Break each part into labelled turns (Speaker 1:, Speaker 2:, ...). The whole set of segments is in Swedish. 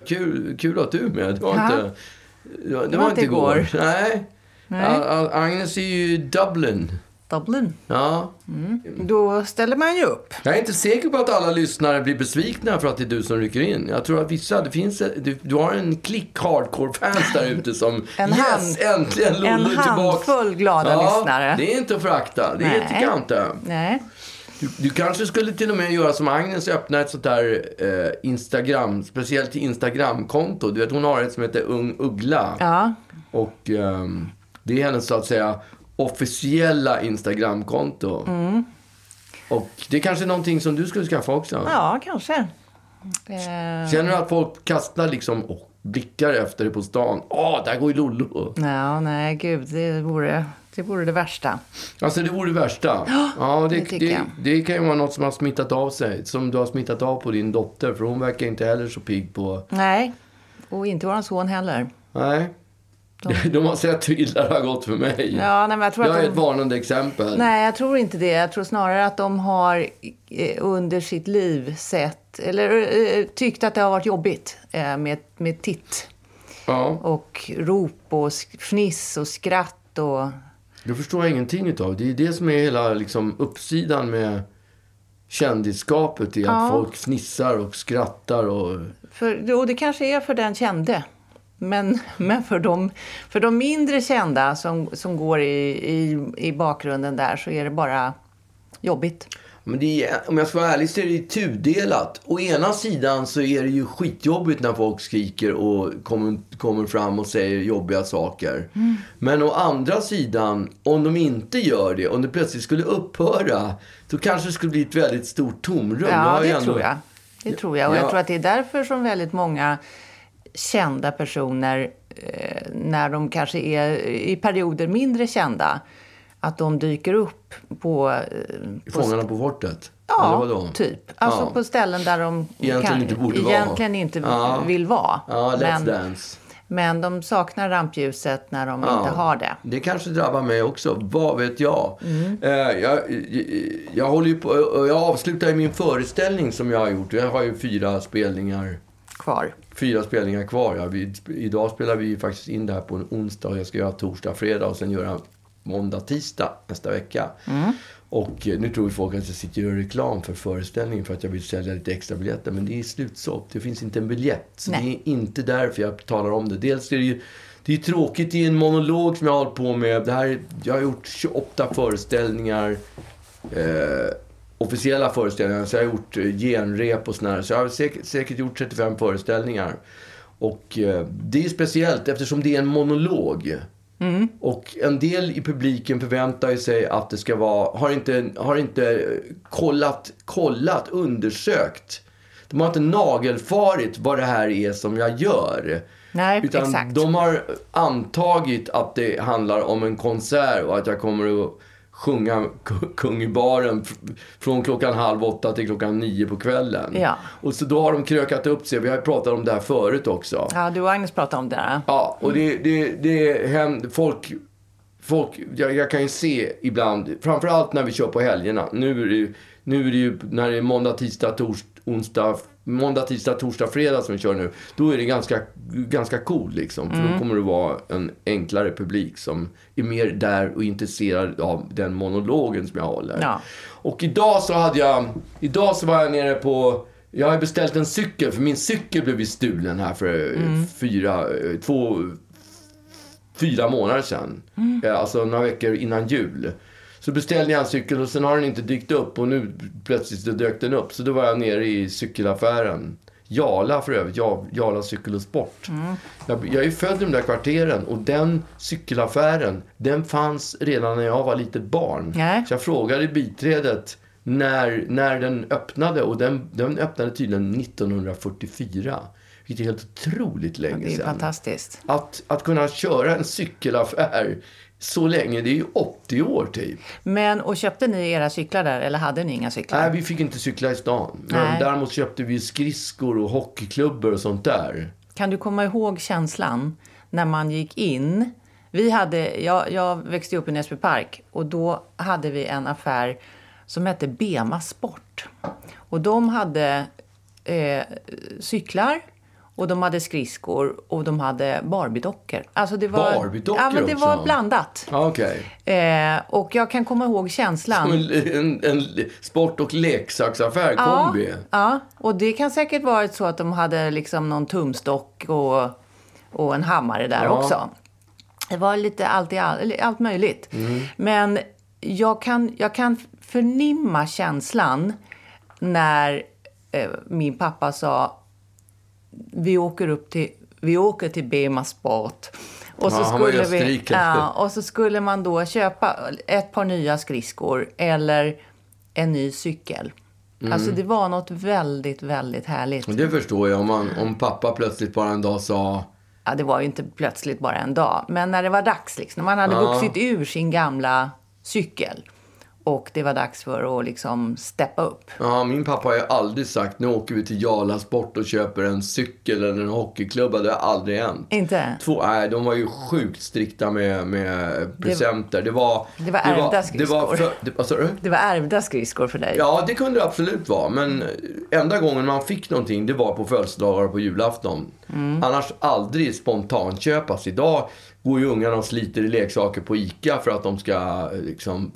Speaker 1: kul att du är med. Det var
Speaker 2: det var inte igår.
Speaker 1: Nej. Agnes är ju Dublin. Ja.
Speaker 2: Då ställer man ju upp.
Speaker 1: Jag är inte säker på att alla lyssnare blir besvikna för att det är du som rycker in. Jag tror att vissa, du har en klick hardcore-fans där ute som äntligen Lollo är tillbaka.
Speaker 2: En handfull glada lyssnare.
Speaker 1: Det är inte att förakta. Det tycker jag inte.
Speaker 2: Nej.
Speaker 1: Du kanske skulle till och med göra som Agnes, öppna ett sånt där Instagram, speciellt Instagram-konto. Du vet, hon har ett som heter Ung Uggla.
Speaker 2: Ja.
Speaker 1: Och det är hennes så att säga officiella Instagram-konto. Och det är kanske någonting som du skulle skaffa också.
Speaker 2: Ja, kanske.
Speaker 1: Känner du att folk kastar liksom blickar efter det på stan? Där går ju Lollo.
Speaker 2: Ja, nej gud, det vore det värsta.
Speaker 1: Alltså det vore det värsta. Ja, det kan ju vara något som har smittat av sig. Som du har smittat av på din dotter. För hon verkar inte heller så pigg på...
Speaker 2: Nej, och inte våran son heller.
Speaker 1: Nej. De har sett hur illa det har gått för mig.
Speaker 2: Ja, nej, men jag tror
Speaker 1: jag är ett varnande exempel.
Speaker 2: Nej, jag tror inte det. Jag tror snarare att de har under sitt liv sett... Eller tyckt att det har varit jobbigt med titt.
Speaker 1: Ja.
Speaker 2: Och rop och fniss och skratt och...
Speaker 1: Det förstår jag ingenting utav. Det är det som är hela liksom, uppsidan med kändisskapet. I att folk fnissar och skrattar. Och
Speaker 2: det kanske är för den kände. Men för de mindre kända som går i bakgrunden där så är det bara jobbigt.
Speaker 1: Men om jag ska vara ärlig så är det tudelat. Å ena sidan så är det ju skitjobbigt när folk skriker och kommer fram och säger jobbiga saker. Men å andra sidan, om de inte gör det, om det plötsligt skulle upphöra, då kanske det skulle bli ett väldigt stort tomrum.
Speaker 2: Ja, det tror jag. Det tror jag. Och jag tror att det är därför som väldigt många kända personer, när de kanske är i perioder mindre kända, att de dyker upp på
Speaker 1: Fångarna på fortet.
Speaker 2: Ja, typ. Alltså på ställen där de egentligen inte vill vara.
Speaker 1: Ja, Let's Dance.
Speaker 2: Men de saknar rampljuset när de inte har det.
Speaker 1: Det kanske drabbar mig också. Vad vet jag? Jag håller ju på, jag avslutar min föreställning som jag har gjort. Jag har ju 4 spelningar kvar. Ja, idag spelar vi faktiskt in det här på en onsdag. Jag ska göra torsdag, fredag och sen göra måndag, tisdag nästa vecka. Och nu tror ju folk att jag sitter och gör reklam för föreställningen för att jag vill sälja lite extra biljetter. Men det är slutsålt. Det finns inte en biljett. Så det är inte därför jag talar om det. Dels är det är tråkigt i en monolog som jag har hållit på med. Jag har gjort 28 föreställningar. Officiella föreställningar. Så jag har gjort genrep och sådär. Så jag har säkert gjort 35 föreställningar. Och det är speciellt eftersom det är en monolog. Och en del i publiken förväntar sig att det ska vara, har inte kollat, undersökt. De har inte nagelfarit vad det här är som jag gör.
Speaker 2: Nej,
Speaker 1: utan
Speaker 2: exakt.
Speaker 1: De har antagit att det handlar om en konsert och att jag kommer att sjunga Kung i baren från 7:30 till 9:00 på kvällen.
Speaker 2: Ja.
Speaker 1: Och så då har de krökat upp sig. Vi har pratat om det här förut också.
Speaker 2: Ja, du och Agnes pratade om det här.
Speaker 1: Ja, och det händer folk jag kan ju se ibland, framförallt när vi kör på helgerna. Nu är det ju när det är måndag, tisdag, torsdag, fredag som vi kör nu. Då är det ganska cool liksom. För då kommer det vara en enklare publik som är mer där och intresserad av den monologen som jag håller. Ja. Och idag så var jag nere på... Jag har beställt en cykel, för min cykel blev stulen här för 4 månader sedan. Alltså några veckor innan jul. Så beställde jag en cykel och sen har den inte dykt upp. Och nu plötsligt dök den upp. Så då var jag nere i cykelaffären. Jala för övrigt. Jala cykel och sport. Jag är ju född i de där kvarteren. Och den cykelaffären, den fanns redan när jag var litet barn. Så jag frågade biträdet när den öppnade. Och den öppnade tydligen 1944. Vilket är helt otroligt länge sedan.
Speaker 2: Det är fantastiskt.
Speaker 1: Att kunna köra en cykelaffär så länge, det är ju 80 år typ.
Speaker 2: Och köpte ni era cyklar där eller hade ni inga cyklar?
Speaker 1: Nej, vi fick inte cykla i stan. Men däremot köpte vi skridskor och hockeyklubbor och sånt där.
Speaker 2: Kan du komma ihåg känslan när man gick in? Jag växte upp i Näsby Park och då hade vi en affär som hette Bema Sport. Och de hade cyklar Och de hade skridskor och de hade Barbie-dockor. Alltså det var,
Speaker 1: Barbie-dockor
Speaker 2: ja, men det var blandat.
Speaker 1: Okej.
Speaker 2: Och jag kan komma ihåg känslan.
Speaker 1: En sport- och leksaksaffär, kombi.
Speaker 2: Ja, och det kan säkert vara så att de hade liksom någon tumstock och en hammare där också. Det var lite allt möjligt. Men jag kan förnimma känslan när min pappa sa vi åker till Bema Sport. Och så skulle man då köpa ett par nya skridskor eller en ny cykel. Alltså det var något väldigt, väldigt härligt.
Speaker 1: Det förstår jag. Om pappa plötsligt bara en dag sa...
Speaker 2: Ja, det var ju inte plötsligt bara en dag. Men när det var dags, liksom, när man hade vuxit ur sin gamla cykel. Och det var dags för att liksom steppa upp.
Speaker 1: Ja, min pappa har ju aldrig sagt nu åker vi till Jala Sport och köper en cykel eller en hockeyklubba. Det har aldrig hänt.
Speaker 2: Inte?
Speaker 1: De var ju sjukt strikta med presenter. Det var
Speaker 2: ärvda skridskor.
Speaker 1: Det
Speaker 2: var ärvda skridskor för dig.
Speaker 1: Ja, det kunde det absolut vara. Men enda gången man fick någonting, det var på födelsedagar och på julafton. Annars aldrig spontant köpas. Idag går ju ungarna och sliter i leksaker på ICA för att de ska liksom,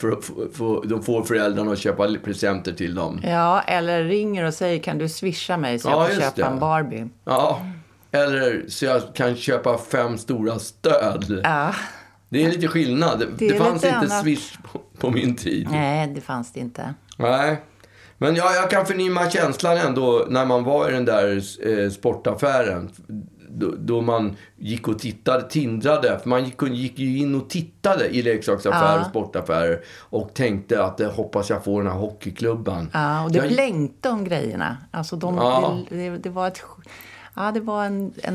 Speaker 1: de får föräldrarna att köpa presenter till dem.
Speaker 2: Ja, eller ringer och säger kan du swisha mig så jag får köpa en Barbie.
Speaker 1: Ja, eller så jag kan köpa 5 stora stöd.
Speaker 2: Ja.
Speaker 1: Det är lite skillnad. Det fanns inte Swish på min tid.
Speaker 2: Nej, det fanns det inte.
Speaker 1: Nej. Men jag kan förnimma känslan ändå när man var i den där sportaffären. Då man gick och tindrade. För man gick ju in och tittade i leksaksaffärer och sportaffärer. Och tänkte att hoppas jag får den här hockeyklubban.
Speaker 2: Ja, och det blänkte om grejerna. Alltså det var ett... Ja, det var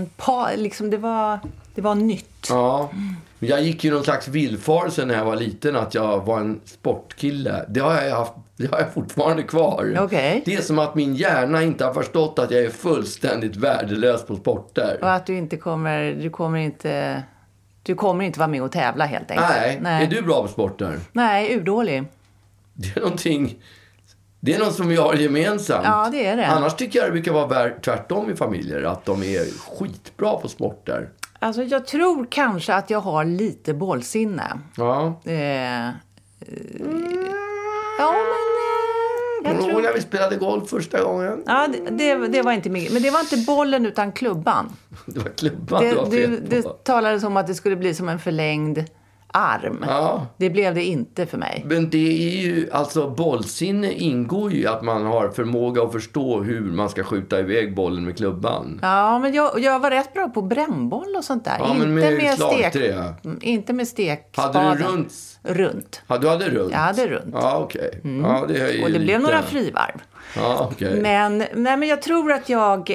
Speaker 2: det var nytt.
Speaker 1: Ja. Jag gick ju någon slags villfarelse när jag var liten att jag var en sportkille. Det har jag fortfarande kvar.
Speaker 2: Okay.
Speaker 1: Det är som att min hjärna inte har förstått att jag är fullständigt värdelös på sporter.
Speaker 2: Och att du kommer inte vara med och tävla helt enkelt.
Speaker 1: Nej. Är du bra på sporter?
Speaker 2: Nej, urdålig.
Speaker 1: Det är något som vi har gemensamt.
Speaker 2: Ja, det är det.
Speaker 1: Annars tycker jag det brukar vara tvärtom i familjer. Att de är skitbra på sporter.
Speaker 2: Alltså jag tror kanske att jag har lite bollsinne.
Speaker 1: Ja. Jag tror när vi spelade golf första gången.
Speaker 2: Ja, det var inte mycket. Men det var inte bollen utan klubban.
Speaker 1: Det var klubban
Speaker 2: det talades om att det skulle bli som en förlängd arm.
Speaker 1: Ja.
Speaker 2: Det blev det inte för mig.
Speaker 1: Men det är ju, alltså bollsinne ingår ju att man har förmåga att förstå hur man ska skjuta iväg bollen med klubban.
Speaker 2: Ja, men jag var rätt bra på brännboll och sånt där.
Speaker 1: Ja, men med slagträ.
Speaker 2: Inte med stekspaden.
Speaker 1: Hade du runt?
Speaker 2: Ja,
Speaker 1: du hade runt?
Speaker 2: Jag hade runt.
Speaker 1: Ja, okej. Ja, det är ju
Speaker 2: och det
Speaker 1: lite...
Speaker 2: blev några frivarv.
Speaker 1: Ja, okej.
Speaker 2: Men jag tror att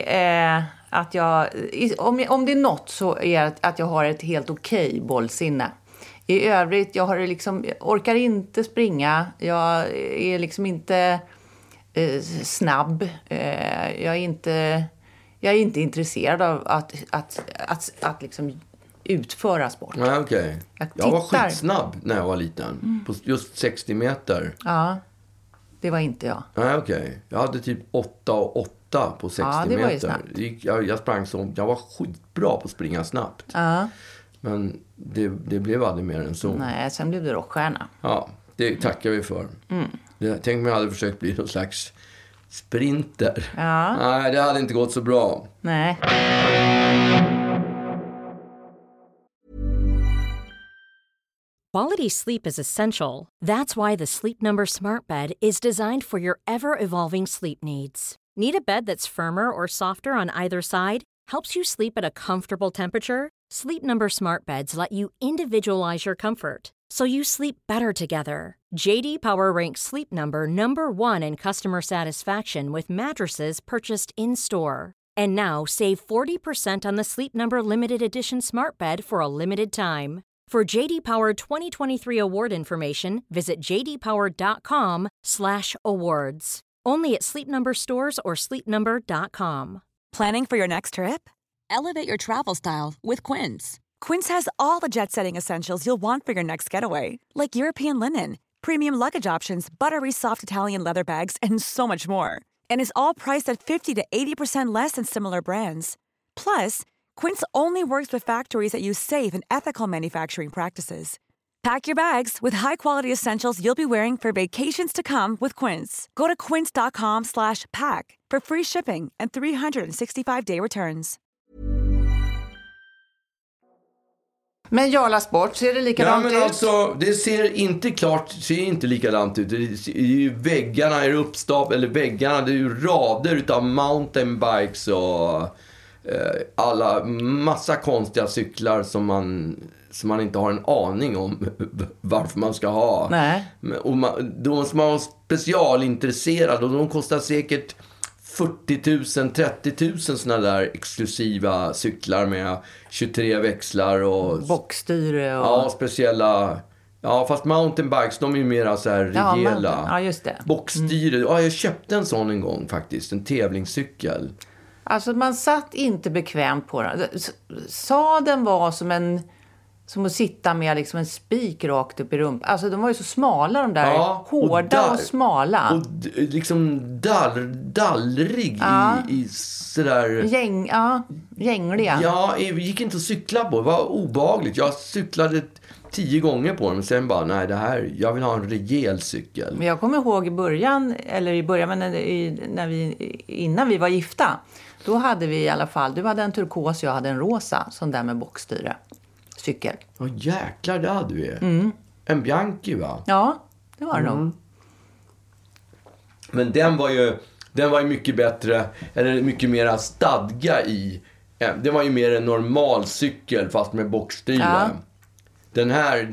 Speaker 2: om det är något så är det att jag har ett helt okej bollsinne. I övrigt, jag orkar inte springa. Jag är liksom inte snabb. Jag är inte intresserad av att liksom utföra sport.
Speaker 1: Ja, okej. Jag var skitsnabb när jag var liten. På just 60 meter.
Speaker 2: Ja, det var inte jag.
Speaker 1: Ja, okej. Jag hade typ 8,8 på 60 meter.
Speaker 2: Ja, det var ju snabbt.
Speaker 1: Jag sprang jag var skitbra på att springa snabbt.
Speaker 2: Ja.
Speaker 1: Men det blev aldrig mer än så.
Speaker 2: Nej, sen blev det rockstjärna.
Speaker 1: Ja, det tackar vi för. Tänk om jag hade försökt bli någon slags sprinter.
Speaker 2: Ja.
Speaker 1: Nej, det hade inte gått så bra.
Speaker 2: Nej.
Speaker 3: Quality sleep is essential. That's why the Sleep Number Smart Bed is designed for your ever-evolving sleep needs. Need a bed that's firmer or softer on either side? Helps you sleep at a comfortable temperature? Sleep Number Smart Beds let you individualize your comfort, so you sleep better together. JD Power ranks Sleep Number #1 in customer satisfaction with mattresses purchased in-store. And now, save 40% on the Sleep Number Limited Edition Smart Bed for a limited time. For JD Power 2023 award information, visit jdpower.com/awards. Only at Sleep Number stores or sleepnumber.com.
Speaker 4: Planning for your next trip?
Speaker 5: Elevate your travel style with Quince.
Speaker 4: Quince has all the jet-setting essentials you'll want for your next getaway, like European linen, premium luggage options, buttery soft Italian leather bags, and so much more. And is all priced at 50 to 80% less than similar brands. Plus, Quince only works with factories that use safe and ethical manufacturing practices. Pack your bags with high-quality essentials you'll be wearing for vacations to come with Quince. Go to quince.com/pack for free shipping and 365-day returns.
Speaker 2: Men Jarla Sport, ser det likadant ut?
Speaker 1: Alltså, det ser inte likadant ut. Det är ju väggarna är uppstaplade, eller väggarna, det är ju rader utav mountainbikes och alla massa konstiga cyklar som man inte har en aning om varför man ska ha.
Speaker 2: Nej.
Speaker 1: Och de som är specialintresserade, och de kostar säkert 40 000, 30 000 såna där exklusiva cyklar med 23 växlar och
Speaker 2: bockstyre och...
Speaker 1: Ja, speciella... Ja, fast mountainbikes, de är ju mera så här rejäla.
Speaker 2: Ja, just det.
Speaker 1: Bockstyre. Ja, jag köpte en sån en gång faktiskt. En tävlingscykel.
Speaker 2: Alltså man satt inte bekvämt på den. Sadeln var som att sitta med liksom en spik rakt upp i rumpan. Alltså de var ju så smala, de där. Ja, hårda och smala.
Speaker 1: Och liksom dallrig i sådär...
Speaker 2: Gängliga.
Speaker 1: Ja, det gick inte att cykla på. Det var obehagligt. Jag cyklade 10 gånger på den. Sen bara, nej, jag vill ha en rejäl cykel.
Speaker 2: Men jag kommer ihåg innan vi var gifta. Då hade vi i alla fall, du hade en turkos, jag hade en rosa. Sån där med bockstyre. Cykel.
Speaker 1: Ja, jäklar, det hade vi. En Bianchi, va?
Speaker 2: Ja, det var det nog.
Speaker 1: Men den var ju mycket bättre, eller mycket mer stadga i. Det var ju mer en normal cykel fast med bockstyre. Ja. Det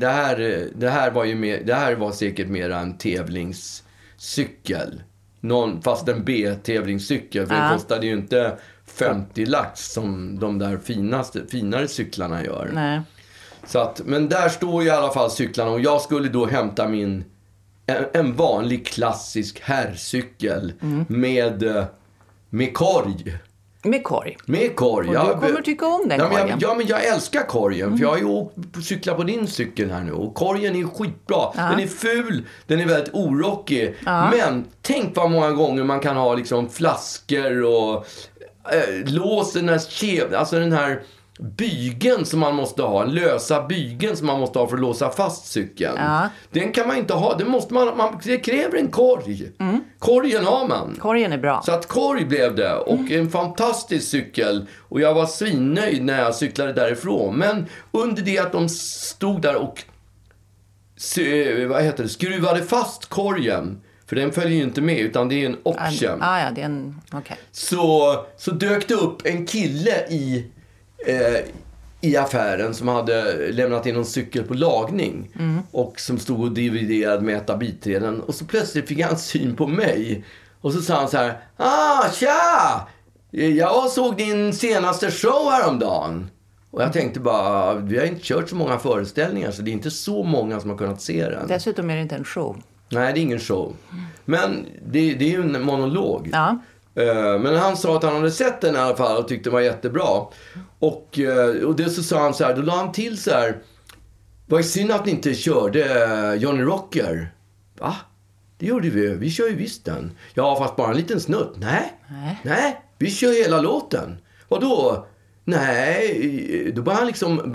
Speaker 1: här var säkert mer en tävlingscykel. Fast en B-tävlingscykel. För den kostade ju inte 50 lax som de där finare cyklarna gör.
Speaker 2: Nej.
Speaker 1: Så att, men där står ju i alla fall cyklarna. Och jag skulle då hämta en vanlig klassisk herrcykel med korg.
Speaker 2: Med korg.
Speaker 1: Och
Speaker 2: du kommer tycka om den korgen.
Speaker 1: Men jag älskar korgen. För jag har ju cyklat på din cykel här nu. Och korgen är skitbra. Den är ful. Den är väldigt orockig. Men tänk vad många gånger man kan ha liksom flaskor och låsen. Alltså den här bygeln som man måste ha. Lösa bygeln som man måste ha för att låsa fast cykeln. Den kan man inte ha. Det kräver en korg. Korgen har man.
Speaker 2: Korgen är bra.
Speaker 1: Så att korg blev det. Och en fantastisk cykel. Och jag var svinnöjd när jag cyklade därifrån. Men under det att de stod där och skruvade fast korgen. För den följer ju inte med, utan det är en option.
Speaker 2: Det är en... Okej.
Speaker 1: Så dök det upp en kille i affären som hade lämnat in en cykel på lagning och som stod och dividerade med ett av biträden, och så plötsligt fick han syn på mig och så sa han så här: tja! Jag såg din senaste show häromdagen. Och jag tänkte bara, vi har inte kört så många föreställningar, så det är inte så många som har kunnat se den.
Speaker 2: Dessutom är det inte en show.
Speaker 1: Nej, det är ingen show. Men det är ju en monolog.
Speaker 2: Ja.
Speaker 1: Men han sa att han hade sett den i alla fall och tyckte det var jättebra. Och det så sa han så här, då la han till så här: vad synd att ni inte körde Johnny Rocker. Va? Det gjorde vi. Vi kör ju visst den. Ja, fast bara en liten snutt. Nej, vi kör hela låten. Vadå? Nej, då bara han liksom...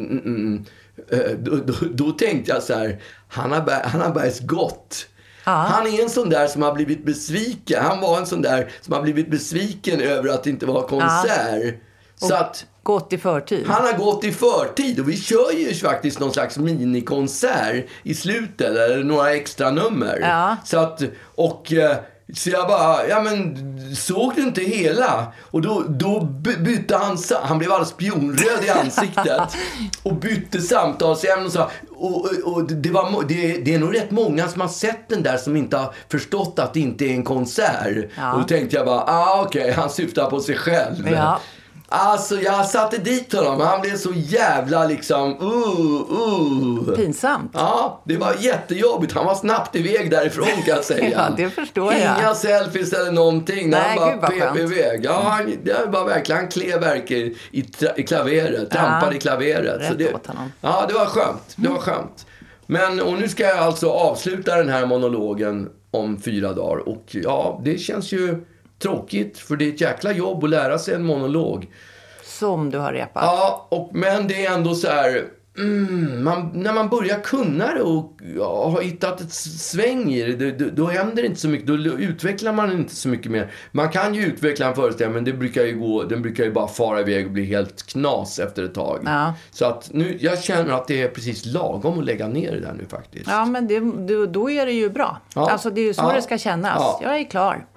Speaker 1: Då tänkte jag så här: han har börjat gott. Han är en sån där som har blivit besviken. Han var en sån där som har blivit besviken över att det inte var konsert. Så att
Speaker 2: gått i förtid.
Speaker 1: Han har gått i förtid. Och vi kör ju faktiskt någon slags minikonsert i slutet, eller några extra nummer. Så att, så jag bara, men såg du inte hela? Och då bytte han blev alldeles spionröd i ansiktet och bytte samtalsämne och sa, och det är nog rätt många som har sett den där som inte har förstått att det inte är en konsert. Och då tänkte jag bara, okej, han syftar på sig själv. Alltså, jag satte dit honom. Han blev så jävla liksom...
Speaker 2: Pinsamt.
Speaker 1: Ja, det var jättejobbigt. Han var snabbt iväg därifrån, kan jag säga.
Speaker 2: Ja, det förstår jag.
Speaker 1: Inga selfies eller någonting.
Speaker 2: Nej,
Speaker 1: han bara pep iväg. Ja, det var verkligen... Han klev verkligen i klaveret. Trampade i klaveret.
Speaker 2: Rätt
Speaker 1: så det,
Speaker 2: åt honom.
Speaker 1: Ja, det var skönt. Det var skönt. Men, och nu ska jag alltså avsluta den här monologen om 4 dagar. Och ja, det känns ju tråkigt. För det är ett jäkla jobb att lära sig en monolog.
Speaker 2: Som du har repat.
Speaker 1: Ja, men det är ändå så här... när man börjar kunna det och har hittat ett sväng i det, då händer det inte så mycket. Då utvecklar man inte så mycket mer. Man kan ju utveckla en föreställning, men den brukar ju bara fara iväg och bli helt knas efter ett tag.
Speaker 2: Ja.
Speaker 1: Så att nu, jag känner att det är precis lagom att lägga ner det där nu faktiskt.
Speaker 2: Ja, men då är det ju bra.
Speaker 1: Ja.
Speaker 2: Alltså det är ju så det ska kännas.
Speaker 1: Ja.
Speaker 2: Jag är klar.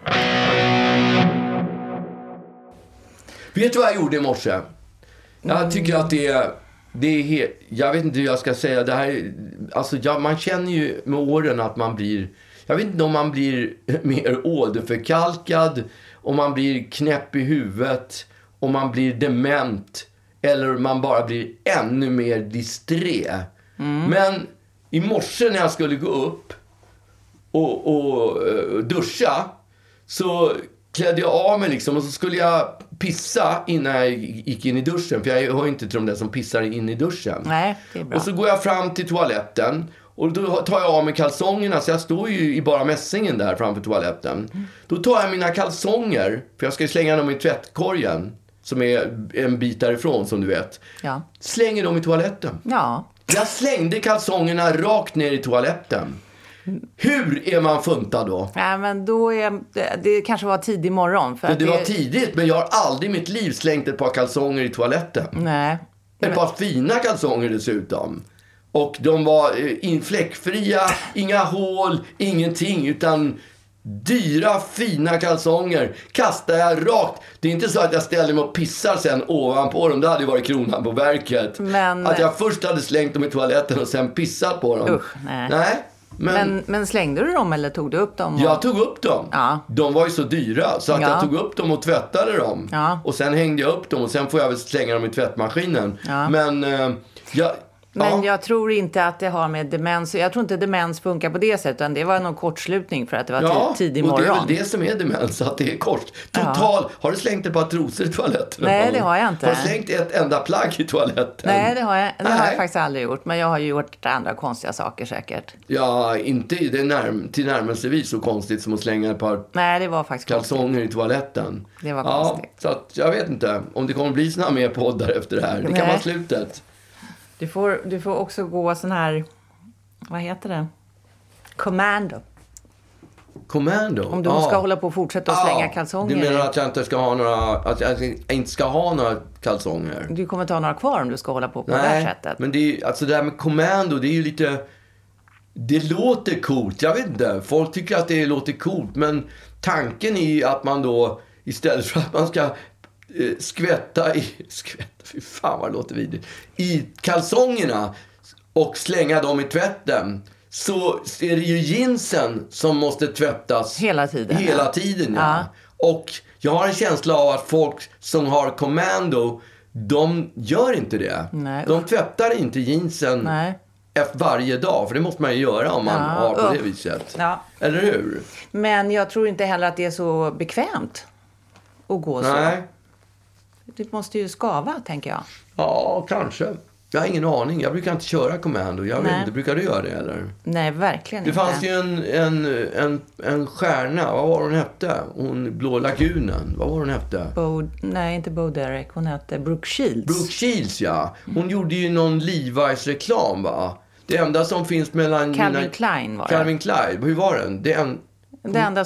Speaker 1: Vet du vad jag gjorde i morse? Jag tycker att det är jag vet inte hur jag ska säga. Det här, alltså, man känner ju med åren att man blir... Jag vet inte om man blir mer åderförkalkad, om man blir knäpp i huvudet, om man blir dement, eller man bara blir ännu mer disträ. Men i morse när jag skulle gå upp och duscha, så klädde jag av mig liksom, och så skulle jag pissa innan jag gick in i duschen. För jag hör inte till de där som pissar in i duschen.
Speaker 2: Nej, det är bra.
Speaker 1: Och så går jag fram till toaletten. Och då tar jag av mig kalsongerna. Så jag står ju i bara mässingen där framför toaletten. Då tar jag mina kalsonger. För jag ska slänga dem i tvättkorgen. Som är en bit därifrån, som du vet.
Speaker 2: Ja.
Speaker 1: Slänger dem i toaletten.
Speaker 2: Ja.
Speaker 1: Jag slängde kalsongerna rakt ner i toaletten. Hur är man funtad då?
Speaker 2: Nej, men då det kanske var tidig morgon. För att
Speaker 1: Det var tidigt, men jag har aldrig i mitt liv slängt ett par kalsonger i toaletten.
Speaker 2: Nej.
Speaker 1: Ett par fina kalsonger dessutom. Och de var fläckfria, inga hål, ingenting, utan dyra, fina kalsonger kastar jag rakt. Det är inte så att jag ställer mig och pissar sen ovanpå dem. Det hade ju varit kronan på verket.
Speaker 2: Men...
Speaker 1: Att jag först hade slängt dem i toaletten och sen pissat på dem.
Speaker 2: Usch, nej. Men slängde du dem eller tog du upp dem?
Speaker 1: Jag tog upp dem.
Speaker 2: Ja.
Speaker 1: De var ju så dyra så att jag tog upp dem och tvättade dem. Ja. Och sen hängde jag upp dem och sen får jag väl slänga dem i tvättmaskinen. Ja. Men
Speaker 2: jag tror inte att det har med demens. Jag tror inte demens funkar på det sättet. Utan det var någon kortslutning för att det var tidig morgon.
Speaker 1: Ja, och det är väl det som är demens. Att det är kort. Har du slängt ett par trosor i toaletten?
Speaker 2: Nej, det har jag inte.
Speaker 1: Har du slängt ett enda plagg i toaletten?
Speaker 2: Nej, det har jag faktiskt aldrig gjort. Men jag har ju gjort andra konstiga saker säkert.
Speaker 1: Ja, inte tillnärmelsevis så konstigt som att slänga ett par
Speaker 2: Nej, det var faktiskt
Speaker 1: kalsonger i toaletten.
Speaker 2: Det var konstigt.
Speaker 1: Så att, jag vet inte om det kommer bli såna mer poddar efter det här. Det kan vara slutet.
Speaker 2: Du får också gå sån här, vad heter det? Commando. Om du ska hålla på och fortsätta att slänga kalsonger.
Speaker 1: Du menar att jag inte ska ha några kalsonger?
Speaker 2: Du kommer inte ha några kvar om du ska hålla på det här sättet.
Speaker 1: Men det är alltså det här med commando, det är ju lite... Det låter coolt, jag vet inte. Folk tycker att det låter coolt, men tanken är att man då istället för att man ska skvätta, fy fan vad det låter vidrigt, i kalsongerna och slänga dem i tvätten, så är det ju jeansen som måste tvättas hela tiden. Ja. Och jag har en känsla av att folk som har commando, de gör inte det.
Speaker 2: Nej.
Speaker 1: De tvättar inte jeansen varje dag, för det måste man ju göra om man har på det viset. Ja. Eller hur?
Speaker 2: Men jag tror inte heller att det är så bekvämt att gå så. Det måste ju skava, tänker jag. Ja,
Speaker 1: kanske. Jag har ingen aning. Jag brukar inte köra commando. Jag vet inte. Brukar du göra det, eller?
Speaker 2: Nej, verkligen
Speaker 1: inte. Det fanns ju en stjärna. Vad var hon hette? Hon Blå lagunen. Vad var hon hette?
Speaker 2: Nej, inte Bo Derek. Hon hette Brooke Shields.
Speaker 1: Brooke Shields, ja. Hon gjorde ju någon Levi's-reklam, va? Det enda som finns mellan...
Speaker 2: Calvin Klein var det.
Speaker 1: Calvin Klein. Hur var den?
Speaker 2: Det enda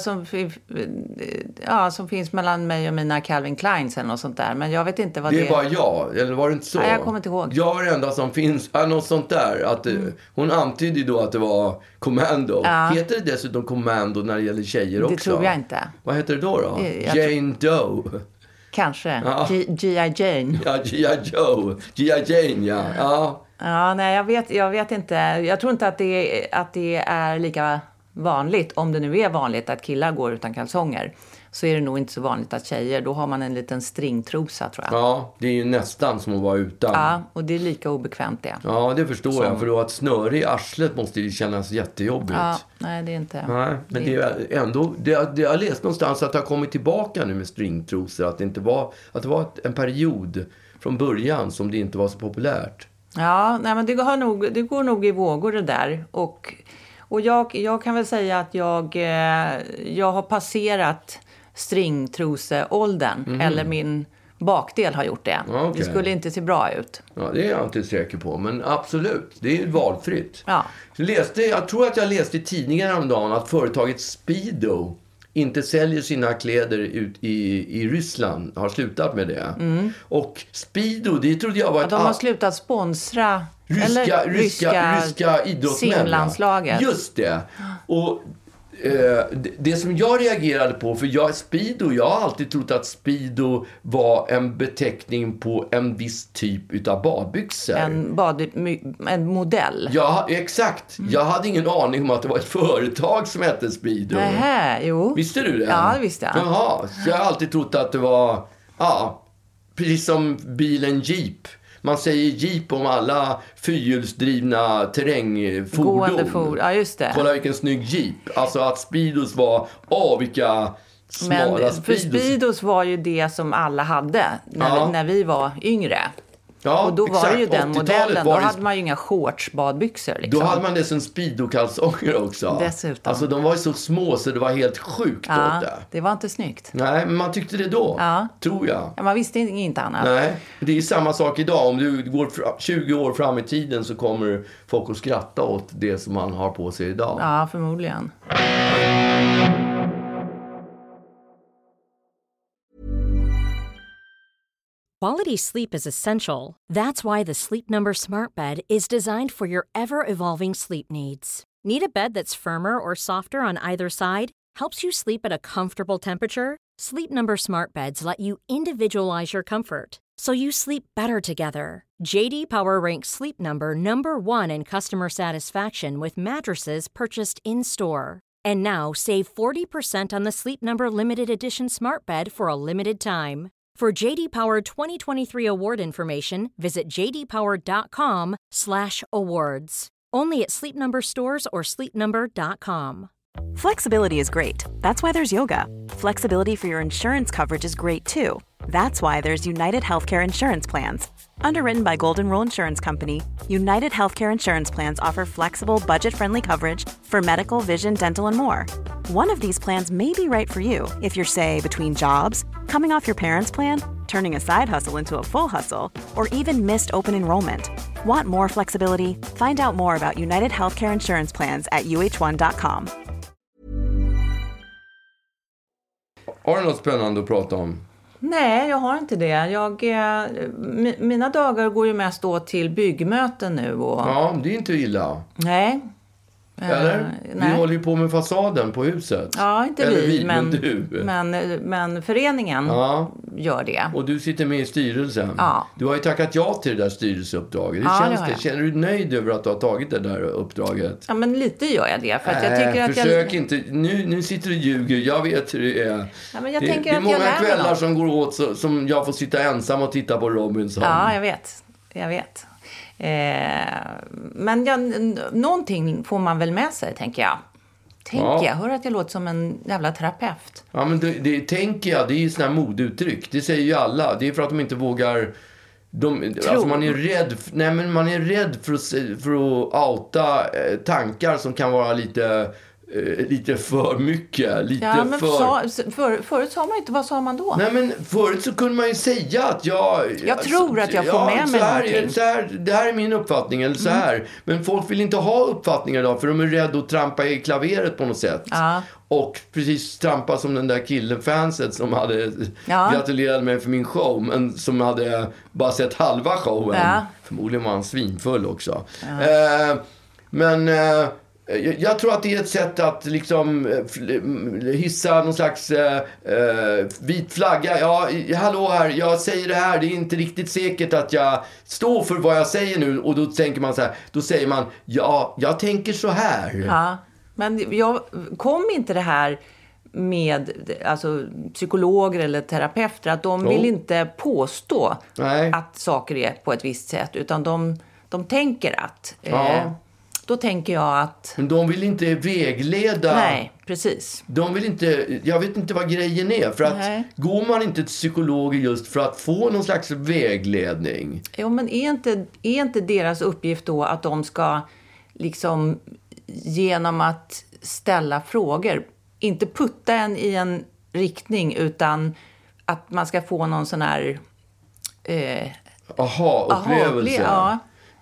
Speaker 2: som finns mellan mig och mina Calvin Kleins eller något sånt där. Men jag vet inte vad det är.
Speaker 1: Det är bara jag, eller var det inte så?
Speaker 2: Nej, jag kommer inte ihåg.
Speaker 1: Jag är det enda som finns, något sånt där. Att, hon antydde ju då att det var Commando. Ja. Heter det dessutom Commando när det gäller tjejer också?
Speaker 2: Det tror jag inte.
Speaker 1: Vad heter det då? Jane Doe.
Speaker 2: Kanske. G.I. Jane.
Speaker 1: Ja, G.I. Joe. G.I. Jane, ja.
Speaker 2: Ja, nej, jag vet inte. Jag tror inte att det är lika vanligt, om det nu är vanligt att killar går utan kalsonger, så är det nog inte så vanligt att tjejer, då har man en liten stringtrosa, tror jag.
Speaker 1: Ja, det är ju nästan som att vara utan.
Speaker 2: Ja, och det är lika obekvämt det.
Speaker 1: Ja, det förstår jag, för då att snöre i arslet måste ju kännas jättejobbigt.
Speaker 2: Ja, nej, det är inte.
Speaker 1: Nej, men det är ändå, jag har läst någonstans att det har kommit tillbaka nu med stringtrosor, att det var en period från början som det inte var så populärt.
Speaker 2: Ja, nej, men det går nog i vågor det där, och jag kan väl säga att jag har passerat stringtroseåldern. Eller min bakdel har gjort det.
Speaker 1: Okay.
Speaker 2: Det skulle inte se bra ut.
Speaker 1: Ja, det är jag inte säker på. Men absolut, det är valfritt.
Speaker 2: Ja.
Speaker 1: Jag tror att jag läste i tidningen häromdagen att företaget Speedo inte säljer sina kläder ut i Ryssland. Har slutat med det. Och Speedo, det trodde jag var ett...
Speaker 2: De har slutat sponsra
Speaker 1: ryska idrottsmän.
Speaker 2: simlandslaget.
Speaker 1: Just det. Och det som jag reagerade på, för jag har alltid trott att Speedo var en beteckning på en viss typ utav badbyxor.
Speaker 2: En modell.
Speaker 1: Ja, exakt. Jag hade ingen aning om att det var ett företag som hette Speedo.
Speaker 2: Nähä, jo.
Speaker 1: Visste du det?
Speaker 2: Ja, det visste jag.
Speaker 1: Jaha, så jag har alltid trott att det var, precis som bilen Jeep. Man säger Jeep om alla fyrhjulsdrivna terrängfordon.
Speaker 2: Gående fordon, ja just det.
Speaker 1: Kolla vilken snygg Jeep. Alltså att Speedos var, vilka smala
Speaker 2: Men
Speaker 1: Speedos.
Speaker 2: för Speedos var ju det som alla hade när vi var yngre.
Speaker 1: Ja,
Speaker 2: och då var det ju den modellen. Då
Speaker 1: det...
Speaker 2: hade man ju inga shortsbadbyxor. Liksom.
Speaker 1: Då hade man det som Speedo-kalsonger också.
Speaker 2: Dessutom.
Speaker 1: Alltså de var ju så små så det var helt sjukt.
Speaker 2: Ja, det var inte snyggt.
Speaker 1: Nej, men man tyckte det då.
Speaker 2: Ja.
Speaker 1: Tror jag.
Speaker 2: Ja, man visste inte annat.
Speaker 1: Nej, det är samma sak idag. Om du går 20 år fram i tiden så kommer folk att skratta åt det som man har på sig idag.
Speaker 2: Ja, förmodligen.
Speaker 3: Quality sleep is essential. That's why the Sleep Number Smart Bed is designed for your ever-evolving sleep needs. Need a bed that's firmer or softer on either side? Helps you sleep at a comfortable temperature? Sleep Number Smart Beds let you individualize your comfort, so you sleep better together. JD Power ranks Sleep Number #1 in customer satisfaction with mattresses purchased in-store. And now, save 40% on the Sleep Number Limited Edition Smart Bed for a limited time. For JD Power 2023 award information, visit jdpower.com/awards. Only at Sleep Number stores or sleepnumber.com.
Speaker 4: Flexibility is great. That's why there's yoga. Flexibility for your insurance coverage is great too. That's why there's United Healthcare Insurance Plans. Underwritten by Golden Rule Insurance Company, United Healthcare Insurance Plans offer flexible, budget-friendly coverage for medical, vision, dental, and more. One of these plans may be right for you if you're, say, between jobs, coming off your parents' plan, turning a side hustle into a full hustle, or even missed open enrollment. Want more flexibility? Find out more about United Healthcare Insurance Plans at uh1.com.
Speaker 1: Har du något spännande att prata om?
Speaker 2: Nej, jag har inte det. Mina dagar går ju mest åt till byggmöten nu.
Speaker 1: Ja, det är inte illa.
Speaker 2: Nej.
Speaker 1: Eller? Vi håller ju på med fasaden på huset.
Speaker 2: Ja, inte
Speaker 1: eller
Speaker 2: vi,
Speaker 1: men du.
Speaker 2: Men föreningen gör det.
Speaker 1: Och du sitter med i styrelsen.
Speaker 2: Ja.
Speaker 1: Du har ju tackat ja till det där styrelseuppdraget. Känner du nöjd över att du har tagit det där uppdraget?
Speaker 2: Ja, men lite gör jag det. För att jag tycker att
Speaker 1: försök inte. Nu sitter du och ljuger. Jag vet hur det är.
Speaker 2: Ja, men jag
Speaker 1: det
Speaker 2: tänker
Speaker 1: är
Speaker 2: att
Speaker 1: många
Speaker 2: jag
Speaker 1: kvällar som går åt som jag får sitta ensam och titta på Robinson.
Speaker 2: Ja, jag vet. Men någonting får man väl med sig, tänker jag. Jag hör att jag låter som en jävla terapeut.
Speaker 1: Ja, men det tänker jag. Det är ju sådana här moduttryck. Det säger ju alla. Det är för att de inte vågar... Alltså man är rädd... Nej, men man är rädd för att outa tankar som kan vara lite för mycket.
Speaker 2: Förut sa man inte, vad sa man då?
Speaker 1: Nej, men förut så kunde man ju säga att
Speaker 2: jag tror att jag får med mig någonting.
Speaker 1: Det här är min uppfattning, eller så här. Men folk vill inte ha uppfattningar idag, för de är rädda att trampa i klaveret på något sätt.
Speaker 2: Ja.
Speaker 1: Och precis trampa som den där killen, fanset, som hade gratulerat mig för min show, men som hade bara sett halva showen. Ja. Förmodligen var han svinfull också. Ja. Jag tror att det är ett sätt att liksom hissa någon slags vit flagga. Ja, hallå här, jag säger det här. Det är inte riktigt säkert att jag står för vad jag säger nu. Och då tänker man så här, då säger man, ja, jag tänker så här.
Speaker 2: Ja, men kom inte det här med psykologer eller terapeuter att de vill inte påstå att saker är på ett visst sätt, utan de tänker att... Då tänker jag att...
Speaker 1: Men de vill inte vägleda.
Speaker 2: Nej, precis.
Speaker 1: De vill inte... Jag vet inte vad grejen är. För att går man inte till psykologer just för att få någon slags vägledning?
Speaker 2: Jo, men är inte deras uppgift då att de ska liksom genom att ställa frågor, inte putta en i en riktning, utan att man ska få någon sån här...
Speaker 1: upplevelse.
Speaker 2: Ja.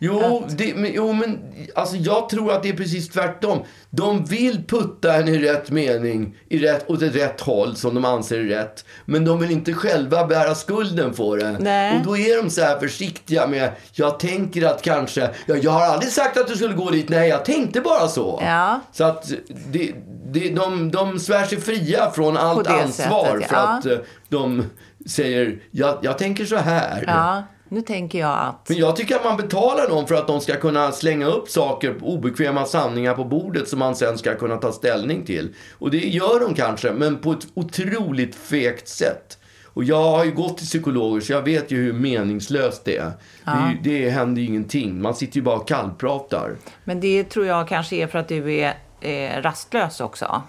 Speaker 1: Men alltså jag tror att det är precis tvärtom. De vill putta en i rätt mening, åt ett rätt håll som de anser är rätt. Men de vill inte själva bära skulden för det.
Speaker 2: Nej.
Speaker 1: Och då är de så här försiktiga med, jag tänker att kanske, jag har aldrig sagt att du skulle gå dit, nej jag tänkte bara så.
Speaker 2: Ja.
Speaker 1: Så att de svär sig fria från allt ansvar
Speaker 2: sättet,
Speaker 1: för att de säger, jag tänker så här.
Speaker 2: Ja. Nu tänker jag att...
Speaker 1: Men jag tycker att man betalar dem för att de ska kunna slänga upp saker, obekväma sanningar på bordet som man sen ska kunna ta ställning till. Och det gör de kanske, men på ett otroligt fegt sätt. Och jag har ju gått till psykologer så jag vet ju hur meningslöst det är. Ja. Det händer ju ingenting. Man sitter ju bara och kallpratar. Men
Speaker 2: det tror jag kanske är för att du är rastlös också.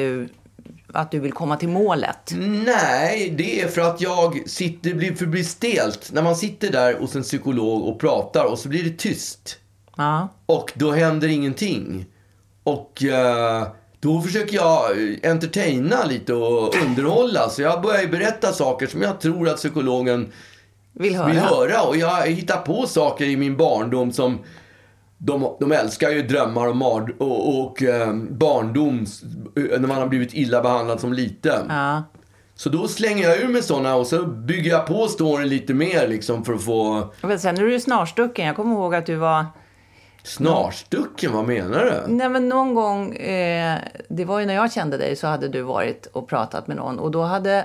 Speaker 2: Att du vill komma till målet.
Speaker 1: Nej, det är för att det blir för stelt. När man sitter där hos en psykolog och pratar och så blir det tyst.
Speaker 2: Ja.
Speaker 1: Och då händer ingenting. Och då försöker jag entertaina lite och underhålla. Så jag börjar berätta saker som jag tror att psykologen vill höra. Och jag hittar på saker i min barndom som... De älskar ju drömmar och barndom när man har blivit illa behandlad som liten.
Speaker 2: Ja.
Speaker 1: Så då slänger jag ur med sådana och så bygger jag på storyn lite mer liksom för att få...
Speaker 2: Sen är du snarstucken. Jag kommer ihåg att du var...
Speaker 1: Snarstucken? Vad menar du?
Speaker 2: Nej, men någon gång, det var ju när jag kände dig så hade du varit och pratat med någon. Och då hade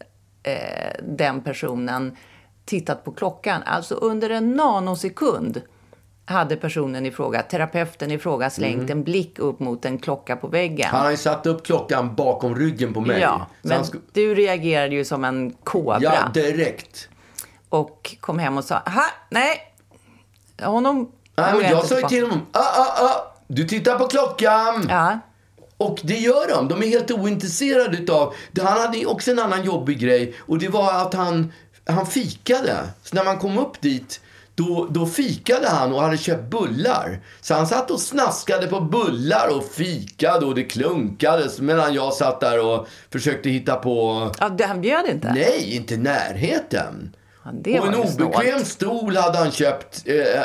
Speaker 2: den personen tittat på klockan. Alltså under en nanosekund hade personen i fråga, terapeuten i fråga, slängt en blick upp mot en klocka på väggen.
Speaker 1: Han har ju satt upp klockan bakom ryggen på mig.
Speaker 2: Ja, men du reagerade ju som en kobra.
Speaker 1: Ja, direkt.
Speaker 2: Och kom hem och sa, nej, honom...
Speaker 1: Nej, men jag sa ju till honom, du tittar på klockan.
Speaker 2: Ja.
Speaker 1: Och det gör de. De är helt ointresserade utav... Han hade också en annan jobbig grej. Och det var att han fikade. Så när man kom upp dit... Då fikade han och hade köpt bullar. Så han satt och snaskade på bullar och fikade och det klunkades medan jag satt där och försökte hitta på...
Speaker 2: Ja, han bjöd inte?
Speaker 1: Nej, inte närheten.
Speaker 2: Ja,
Speaker 1: och en obekväm stol hade han köpt.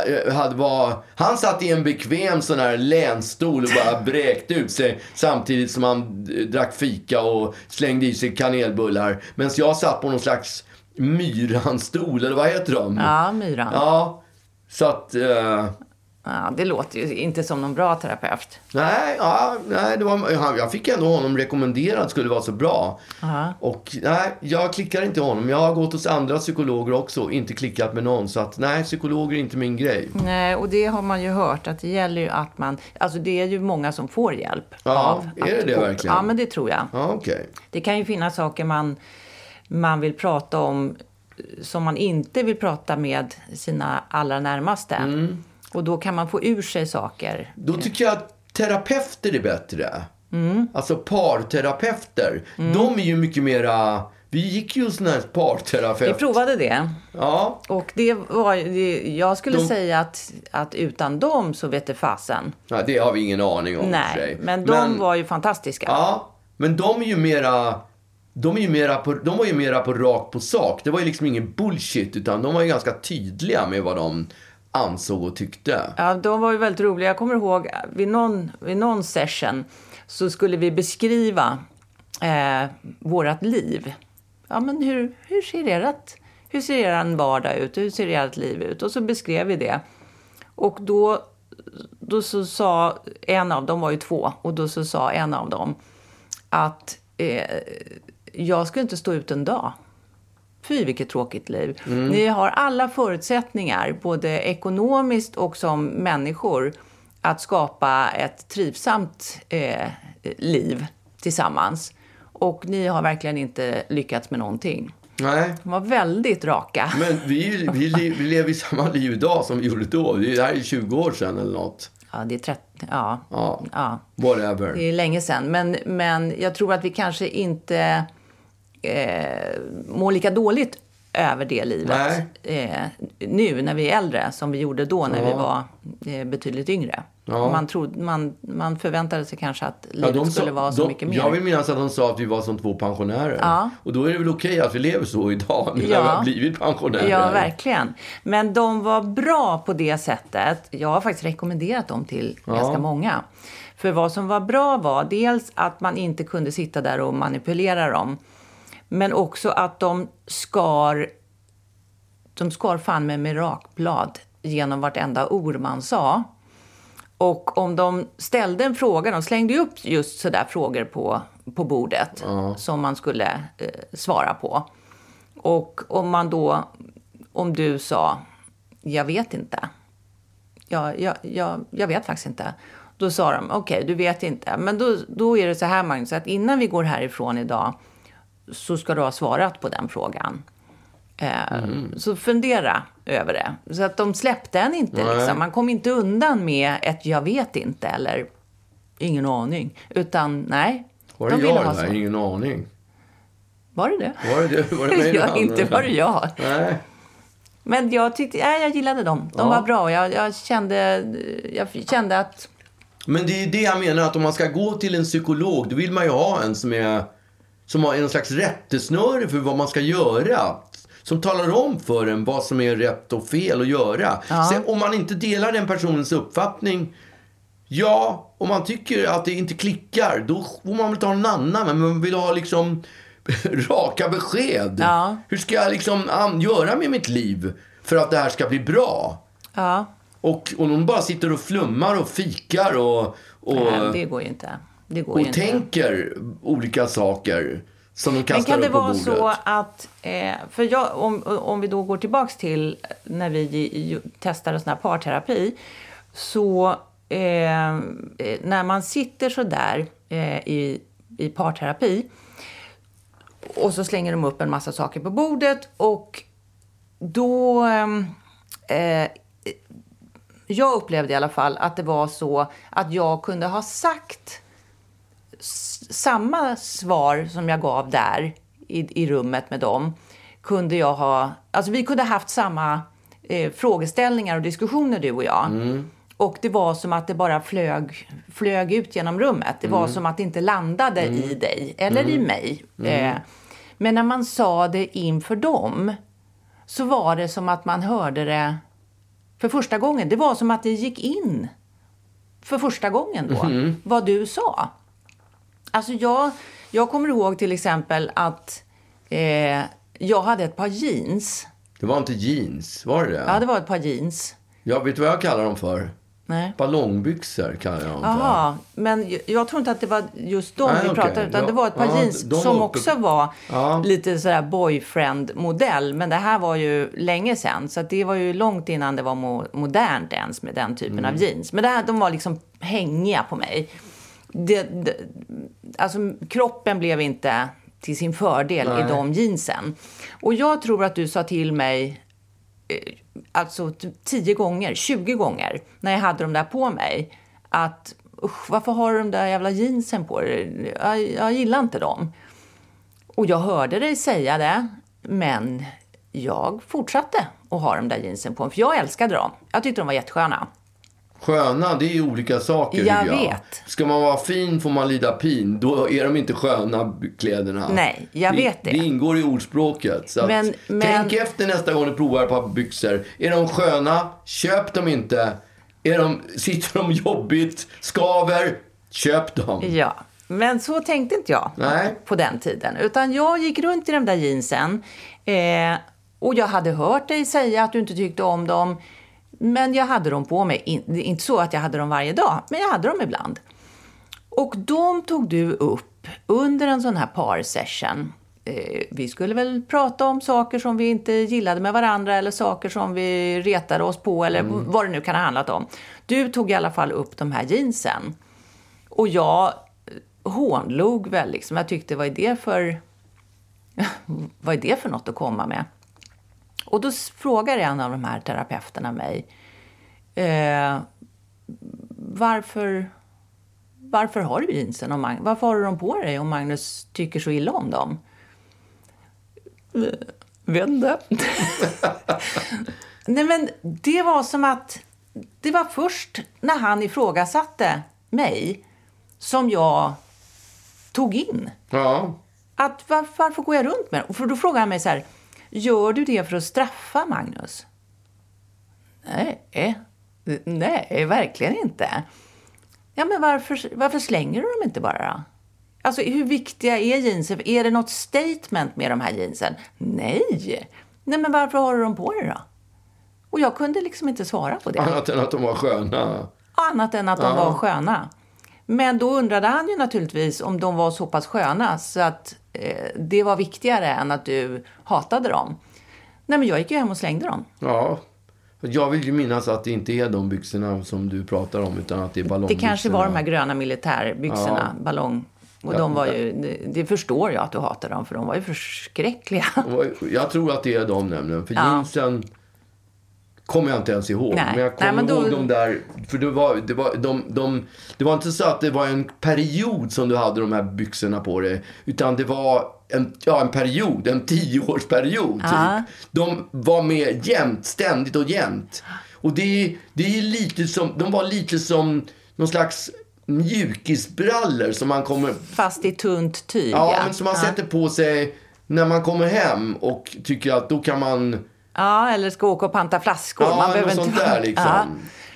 Speaker 1: Han satt i en bekväm sån här länstol och bara bräkte ut sig samtidigt som han drack fika och slängde i sig kanelbullar. Medan jag satt på någon slags... myranstol, eller vad heter de?
Speaker 2: Ja, myran.
Speaker 1: Ja, så att...
Speaker 2: Ja, det låter ju inte som någon bra terapeut.
Speaker 1: Nej, jag fick ändå honom rekommenderad, skulle vara så bra.
Speaker 2: Uh-huh.
Speaker 1: Och nej, jag klickar inte honom. Jag har gått hos andra psykologer också, inte klickat med någon. Så att nej, psykologer är inte min grej.
Speaker 2: Nej, och det har man ju hört, att det gäller ju att man... Alltså det är ju många som får hjälp.
Speaker 1: Ja, är det verkligen?
Speaker 2: Ja, men det tror jag.
Speaker 1: Ja, okay.
Speaker 2: Det kan ju finnas saker man vill prata om som man inte vill prata med sina allra närmaste. Mm. Och då kan man få ur sig saker.
Speaker 1: Då tycker jag att terapeuter är bättre. Mm. Alltså parterapeuter. Mm. De är ju mycket mera... Vi gick ju sån här parterapeut.
Speaker 2: Vi provade det.
Speaker 1: Ja.
Speaker 2: Och det var... Jag skulle säga att utan dem så vet det fasen.
Speaker 1: Ja, det har vi ingen aning om.
Speaker 2: Nej, men de var ju fantastiska.
Speaker 1: Ja, men de är ju mera... De var ju mera på rakt på sak. Det var ju liksom ingen bullshit, utan de var ju ganska tydliga med vad de ansåg och tyckte.
Speaker 2: Ja, de var ju väldigt roliga. Jag kommer ihåg vid någon session så skulle vi beskriva vårat liv. Ja, men hur ser er vardag ut? Hur ser ert liv ut? Och så beskrev vi det. Och då så sa en av dem, var ju två, och då så sa en av dem att jag skulle inte stå ut en dag. Fy, vilket tråkigt liv. Mm. Ni har alla förutsättningar, både ekonomiskt och som människor, att skapa ett trivsamt liv tillsammans. Och ni har verkligen inte lyckats med någonting.
Speaker 1: Nej.
Speaker 2: De var väldigt raka.
Speaker 1: Men vi lever i samma liv idag som vi gjorde då. Det här är 20 år sedan eller något.
Speaker 2: Ja, det är 30. Ja.
Speaker 1: Whatever.
Speaker 2: Det är länge sedan. Men jag tror att vi kanske inte mår lika dåligt över det livet nu när vi är äldre som vi gjorde då när vi var betydligt yngre. Ja. Man förväntade sig kanske att livet skulle vara så mycket mer.
Speaker 1: Jag vill minnas att de sa att vi var som 2 pensionärer. Ja. Och då är det väl okej att vi lever så idag när vi har blivit pensionärer.
Speaker 2: Ja, verkligen. Men de var bra på det sättet. Jag har faktiskt rekommenderat dem till ganska många. För vad som var bra var dels att man inte kunde sitta där och manipulera dem. Men också att de skar fan med mirakblad genom vartenda ord man sa. Och om de ställde en fråga, de slängde upp just sådär frågor på bordet som man skulle svara på. Och om du sa, jag vet inte. Jag vet faktiskt inte. Då sa de, okej, du vet inte. Men då är det så här, Magnus, att innan vi går härifrån idag så ska du ha svarat på den frågan. Så fundera över det. Så att de släppte en inte. Liksom. Man kom inte undan med ett jag vet inte eller ingen aning. Utan nej.
Speaker 1: Var det jag där? Ingen aning.
Speaker 2: Var det det?
Speaker 1: Var det mig?
Speaker 2: Inte var det jag.
Speaker 1: Nej.
Speaker 2: Men jag gillade dem. De var bra. Jag kände att...
Speaker 1: Men det är det jag menar, att om man ska gå till en psykolog, då vill man ju ha en som har en slags rättesnöre för vad man ska göra. Som talar om för en vad som är rätt och fel att göra. Sen, om man inte delar den personens uppfattning, om man tycker att det inte klickar, då får man väl ta en annan. Men man vill ha liksom raka besked. Ja. Hur ska jag liksom göra med mitt liv för att det här ska bli bra? Ja. Och de bara sitter och flummar och fikar och
Speaker 2: det går ju inte.
Speaker 1: Och tänker olika saker som de kastar upp på bordet. Men kan det vara
Speaker 2: så att... för om vi då går tillbaks till när vi testade sån här parterapi. Så när man sitter så där i parterapi. Och så slänger de upp en massa saker på bordet. Och då... jag upplevde i alla fall att det var så att jag kunde ha sagt samma svar som jag gav där i rummet med dem. Kunde jag ha... Alltså vi kunde ha haft samma frågeställningar och diskussioner, du och jag. Och det var som att det bara flög ut genom rummet. Det var som att det inte landade i dig eller i mig. Men när man sa det inför dem så var det som att man hörde det för första gången. Det var som att det gick in för första gången då. Vad du sa. Alltså jag kommer ihåg till exempel att jag hade ett par jeans.
Speaker 1: Det var inte jeans, var det?
Speaker 2: Ja, det var ett par jeans.
Speaker 1: Jag vet vad jag kallar dem för.
Speaker 2: Nej.
Speaker 1: Ballongbyxor kallar jag dem för.
Speaker 2: Jaha, men jag tror inte att det var just de vi pratade utan det var ett par jeans som också var lite sådär boyfriend-modell. Men det här var ju länge sedan, så att det var ju långt innan det var modernt ens med den typen av jeans. Men de var liksom hängiga på mig. Alltså kroppen blev inte till sin fördel i de jeansen. Och jag tror att du sa till mig alltså 10 gånger, 20 gånger när jag hade de där på mig att varför har du de där jävla jeansen på dig? Jag gillar inte dem. Och jag hörde dig säga det, men jag fortsatte att ha de där jeansen på mig, för jag älskade dem. Jag tyckte de var jättesköna.
Speaker 1: Sköna, det är ju olika saker.
Speaker 2: Jag vet.
Speaker 1: Ska man vara fin får man lida pin. Då är de inte sköna kläderna.
Speaker 2: Nej, jag vet det.
Speaker 1: Det ingår i ordspråket. Så tänk efter nästa gång du provar ett par byxor. Är de sköna? Köp dem inte. Sitter de jobbigt? Skaver? Köp dem.
Speaker 2: Ja, men så tänkte inte jag på den tiden. Utan jag gick runt i de där jeansen. Och jag hade hört dig säga att du inte tyckte om dem. Men jag hade dem på mig. Inte så att jag hade dem varje dag, men jag hade dem ibland. Och de tog du upp under en sån här parsession. Vi skulle väl prata om saker som vi inte gillade med varandra, eller saker som vi retade oss på, eller vad det nu kan ha handlat om. Du tog i alla fall upp de här jeansen. Och jag hånlog väl liksom. Jag tyckte, vad är det för något att komma med? Och då frågar en av de här terapeuterna mig, varför har du jeansen? Varför har du dem på dig om Magnus tycker så illa om dem? Vet inte. Nej, men det var som att det var först när han ifrågasatte mig som jag tog in.
Speaker 1: Ja.
Speaker 2: Att varför går jag runt med det? För då frågade han mig så här, gör du det för att straffa Magnus? Nej, verkligen inte. Ja, men varför slänger du dem inte bara då? Alltså, hur viktiga är jeansen? Är det något statement med de här jeansen? Nej, men varför har du dem på dig då? Och jag kunde liksom inte svara på det.
Speaker 1: Annat än att de var sköna.
Speaker 2: Annat än att de var sköna. Men då undrade han ju naturligtvis om de var så pass sköna så att det var viktigare än att du hatade dem. Nej, men jag gick ju hem och slängde dem.
Speaker 1: Ja, jag vill ju minnas att det inte är de byxorna som du pratar om, utan att det är ballongbyxorna.
Speaker 2: Det kanske var de här gröna militärbyxorna, ballong. Och de var ju, det förstår jag att du hatar dem, för de var ju förskräckliga.
Speaker 1: Jag tror att det är de nämligen, för jeansen kommer jag inte ens ihåg.
Speaker 2: Nej.
Speaker 1: Men jag kommer ihåg de där, för det var inte så att det var en period som du hade de här byxorna på dig, utan det var en period, en 10-årsperiod typ. De var med jämt, ständigt och jämt. Och det är lite som, de var lite som någon slags mjukisbrallor som man kommer...
Speaker 2: Fast i tunt tyg.
Speaker 1: Ja, men som man sätter på sig när man kommer hem och tycker att då kan man...
Speaker 2: Ja, eller ska åka och panta flaskor.
Speaker 1: Ja,
Speaker 2: man behöver
Speaker 1: något
Speaker 2: inte...
Speaker 1: sånt där liksom.
Speaker 2: Ja.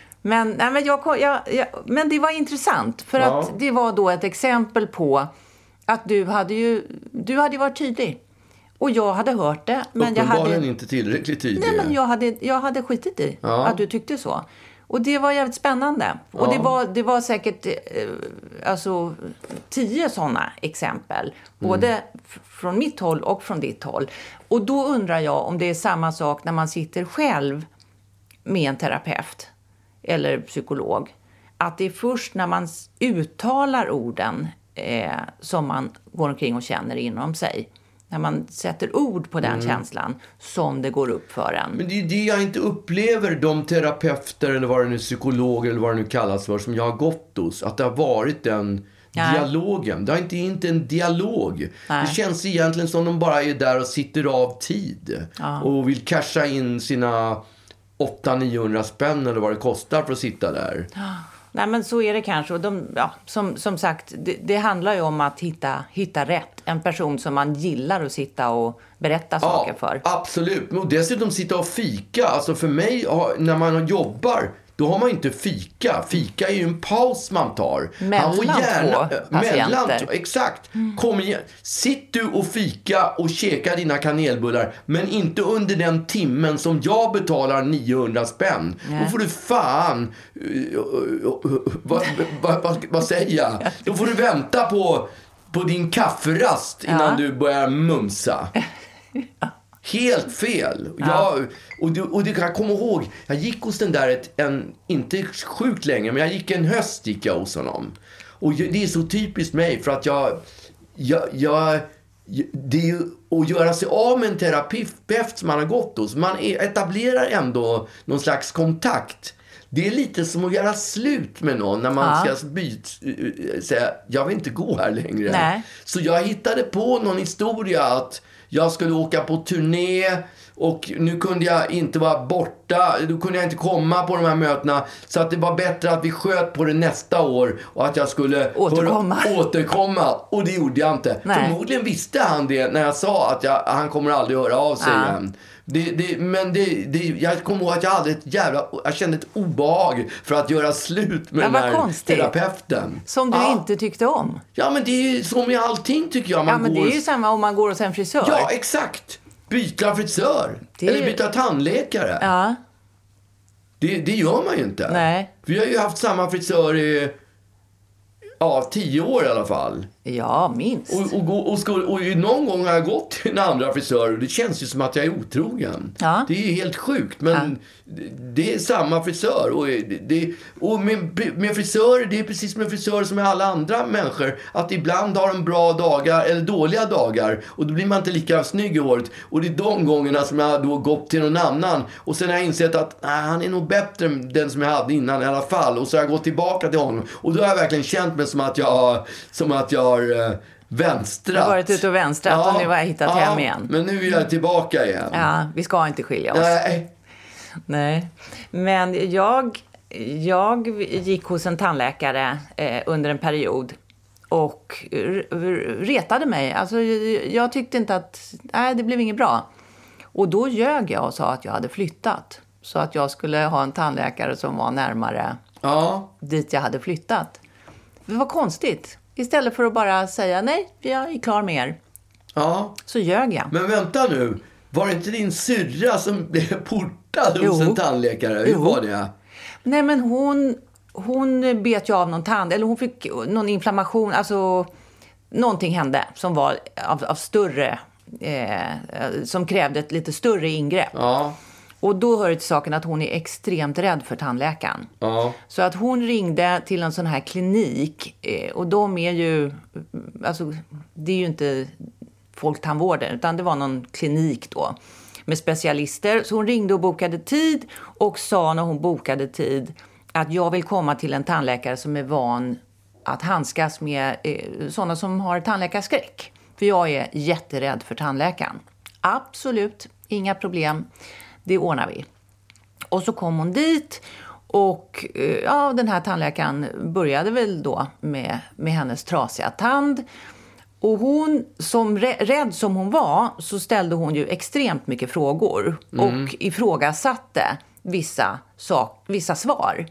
Speaker 2: Men det var intressant. För att det var då ett exempel på att du hade varit tydlig. Och jag hade hört det. Men
Speaker 1: uppenbarligen inte tillräckligt tydlig.
Speaker 2: Nej, men jag hade skitit i att du tyckte så. Och det var jävligt spännande. Och det var säkert 10 sådana exempel. Både från mitt håll och från ditt håll. Och då undrar jag om det är samma sak när man sitter själv med en terapeut eller psykolog. Att det är först när man uttalar orden som man går omkring och känner inom sig. När man sätter ord på den känslan som det går upp för en.
Speaker 1: Men det är det jag inte upplever, de terapeuter eller vad det nu, psykologer eller vad det nu kallas för, som jag har gått hos. Att det har varit den dialogen. Det är inte en dialog. Nej. Det känns egentligen som de bara är där och sitter av tid. Och vill casha in sina 800-900 spänn eller vad det kostar för att sitta där.
Speaker 2: Nej, men så är det kanske. Och som sagt, det handlar ju om att hitta rätt. En person som man gillar att sitta och berätta saker för.
Speaker 1: Absolut. Och dessutom sitta och fika. Alltså för mig, när man jobbar, då har man inte fika. Fika är ju en paus man tar.
Speaker 2: Mellan två patienter.
Speaker 1: Exakt. Kom igen. Sitt du och fika och käka dina kanelbullar. Men inte under den timmen som jag betalar 900 spänn. Då får du fan... vad säger jag? Då får du vänta på din kafferast innan du börjar mumsa. Helt fel. Och du kan komma ihåg, jag gick hos den där inte sjukt länge, men jag gick en höst hos honom. Och det är så typiskt mig, för att det är ju att göra sig av med en terapeut som man har gått hos. Man etablerar ändå någon slags kontakt. Det är lite som att göra slut med någon när man ska säga, jag vill inte gå här längre.
Speaker 2: Nej.
Speaker 1: Så jag hittade på någon historia att jag skulle åka på turné och nu kunde jag inte vara borta. Då kunde jag inte komma på de här mötena. Så att det var bättre att vi sköt på det nästa år och att jag skulle återkomma. Och det gjorde jag inte.
Speaker 2: Nej.
Speaker 1: Förmodligen visste han det när jag sa att han kommer aldrig höra av sig igen. Jag kommer ihåg att jag kände ett obehag för att göra slut med den här terapeuten.
Speaker 2: Som du inte tyckte om.
Speaker 1: Ja, men det är ju som i allting, tycker jag.
Speaker 2: Men det är ju samma om man går hos en frisör.
Speaker 1: Ja, exakt. Byta frisör. Eller byta tandläkare.
Speaker 2: Ja.
Speaker 1: Det gör man ju inte.
Speaker 2: Nej.
Speaker 1: Vi har ju haft samma frisör i 10 år i alla fall.
Speaker 2: Ja, minst.
Speaker 1: Och någon gång har jag gått till en andra frisör och det känns ju som att jag är otrogen.
Speaker 2: Ja.
Speaker 1: Det är ju helt sjukt, men det är samma frisör. Och med frisörer, det är precis med frisörer som med alla andra människor. Att ibland har de bra dagar eller dåliga dagar och då blir man inte lika snygg i håret. Och det är de gångerna som jag då gått till någon annan. Och sen har jag insett att han är nog bättre än den som jag hade innan i alla fall. Och så har jag gått tillbaka till honom. Och då har jag verkligen känt mig som att jag har vänstrat.
Speaker 2: Du har varit ute och vänstrat och nu har jag hittat hem igen.
Speaker 1: Men nu är jag tillbaka igen.
Speaker 2: Ja, vi ska inte skilja oss.
Speaker 1: Nej.
Speaker 2: Men jag Jag gick hos en tandläkare under en period och retade mig. Alltså, jag tyckte inte att det blev inget bra. Och då ljög jag och sa att jag hade flyttat. Så att jag skulle ha en tandläkare som var närmare dit jag hade flyttat. Det var konstigt. Istället för att bara säga nej, jag är klar med er. Ja. Så ljög jag.
Speaker 1: Men vänta nu. Var det inte din syrra som blev portad hos en tandläkare? Hur var det?
Speaker 2: Nej, men hon bet ju av någon tand. Eller hon fick någon inflammation. Alltså, någonting hände som var av större... som krävde ett lite större ingrepp. Ja. Och då hör det till saken att hon är extremt rädd för tandläkaren. Ja. Så att hon ringde till en sån här klinik. Och de är ju... Alltså, det är ju inte folktandvården, utan det var någon klinik då. Med specialister. Så hon ringde och bokade tid. Och sa när hon bokade tid att jag vill komma till en tandläkare som är van att handskas med sådana som har tandläkarskräck. För jag är jätterädd för tandläkaren. Absolut, inga problem. Det ordnar vi. Och så kom hon dit. Och den här tandläkaren började väl då med hennes trasiga tand. Och hon, som rädd som hon var, så ställde hon ju extremt mycket frågor. Och ifrågasatte vissa svar.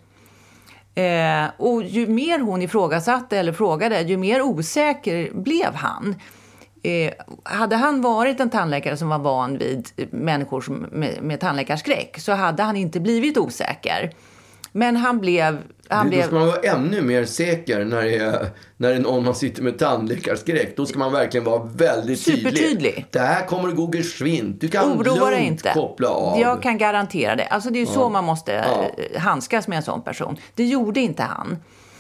Speaker 2: Och ju mer hon ifrågasatte eller frågade, ju mer osäker blev han. Hade han varit en tandläkare som var van vid människor med tandläkarskräck, så hade han inte blivit osäker. Men han blev...
Speaker 1: Då ska man vara ännu mer säker när det är någon man sitter med tandläkarskräck. Då ska man verkligen vara väldigt tydlig. Det här kommer att gå geschwint. Du kan lugnt koppla av.
Speaker 2: Jag kan garantera det. Alltså det är ju så man måste handskas med en sån person. Det gjorde inte han.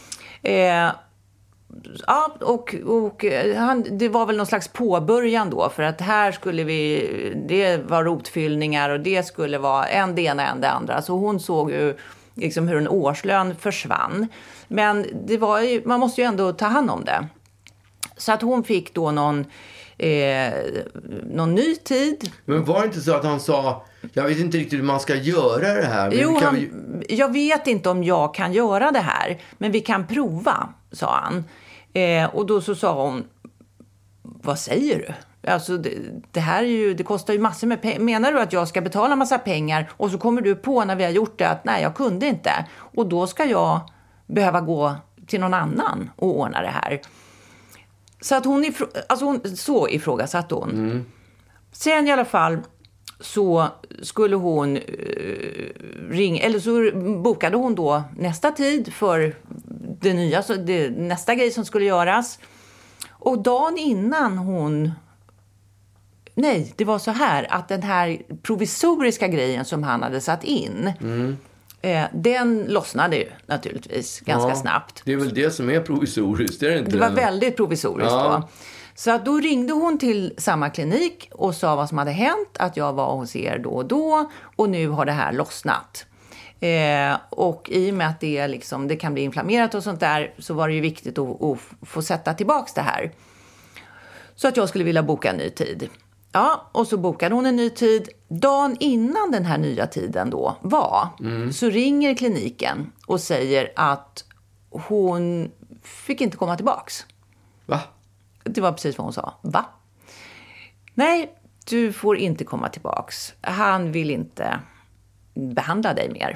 Speaker 2: Och det var väl någon slags påbörjan då, för att här skulle det var rotfyllningar och det skulle vara en det ena än det andra. Så hon såg ju liksom hur en årslön försvann. Men det var ju, man måste ju ändå ta hand om det. Så att hon fick då någon ny tid.
Speaker 1: Men var det inte så att han sa, jag vet inte riktigt hur man ska göra det här. Men
Speaker 2: jag vet inte om jag kan göra det här, men vi kan prova, sa han. Och då så sa hon, vad säger du? Alltså det här är ju, det kostar ju massor med pengar. Menar du att jag ska betala massa pengar och så kommer du på när vi har gjort det att nej, jag kunde inte. Och då ska jag behöva gå till någon annan och ordna det här. Så att hon så ifrågasatte hon. Sen i alla fall så skulle hon ringa, eller så bokade hon då nästa tid för nästa grej som skulle göras. Och dagen innan det var så här att den här provisoriska grejen som han hade satt in, den lossnade ju naturligtvis ganska snabbt.
Speaker 1: Det är väl det som är provisoriskt, är det inte?
Speaker 2: Det var väldigt provisoriskt då. Så att då ringde hon till samma klinik och sa vad som hade hänt, att jag var hos er då och nu har det här lossnat. Och i och med att det kan bli inflammerat och sånt där, så var det ju viktigt att få sätta tillbaks det här. Så att jag skulle vilja boka en ny tid. Ja, och så bokade hon en ny tid. Dagen innan den här nya tiden då så ringer kliniken och säger att hon fick inte komma tillbaks.
Speaker 1: Va?
Speaker 2: Det var precis vad hon sa. Va? Nej, du får inte komma tillbaks. Han vill inte behandla dig mer.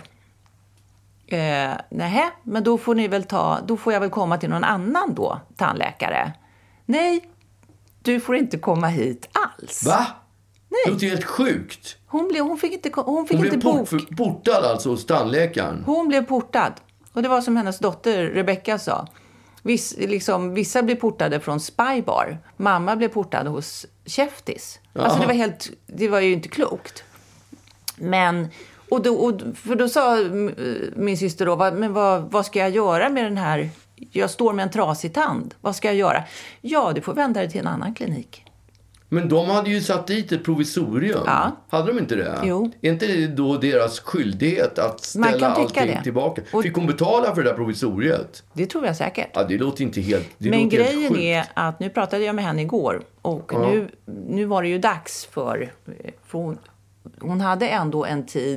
Speaker 2: Nej, men då får jag väl komma till någon annan då, tandläkare. Nej, du får inte komma hit alls.
Speaker 1: Va?
Speaker 2: Nej.
Speaker 1: Det låter helt sjukt.
Speaker 2: Hon fick inte
Speaker 1: portad alltså hos tandläkaren.
Speaker 2: Hon blev portad. Och det var som hennes dotter Rebecca sa. Vissa blev portade från Spybar. Mamma blev portad hos Käftis. Alltså det var ju inte klokt. Men för då sa min syster då, vad ska jag göra med den här? Jag står med en trasig tand. Vad ska jag göra? Ja, du får vända dig till en annan klinik.
Speaker 1: Men de hade ju satt dit ett provisorium. Ja. Hade de inte det?
Speaker 2: Jo.
Speaker 1: Är inte det då deras skyldighet att ställa allting tillbaka? Fick hon betala för det där provisoriet?
Speaker 2: Det tror jag säkert.
Speaker 1: Ja, det låter inte helt
Speaker 2: Men grejen är att nu pratade jag med henne igår. Och nu var det ju dags för hon hade ändå en tid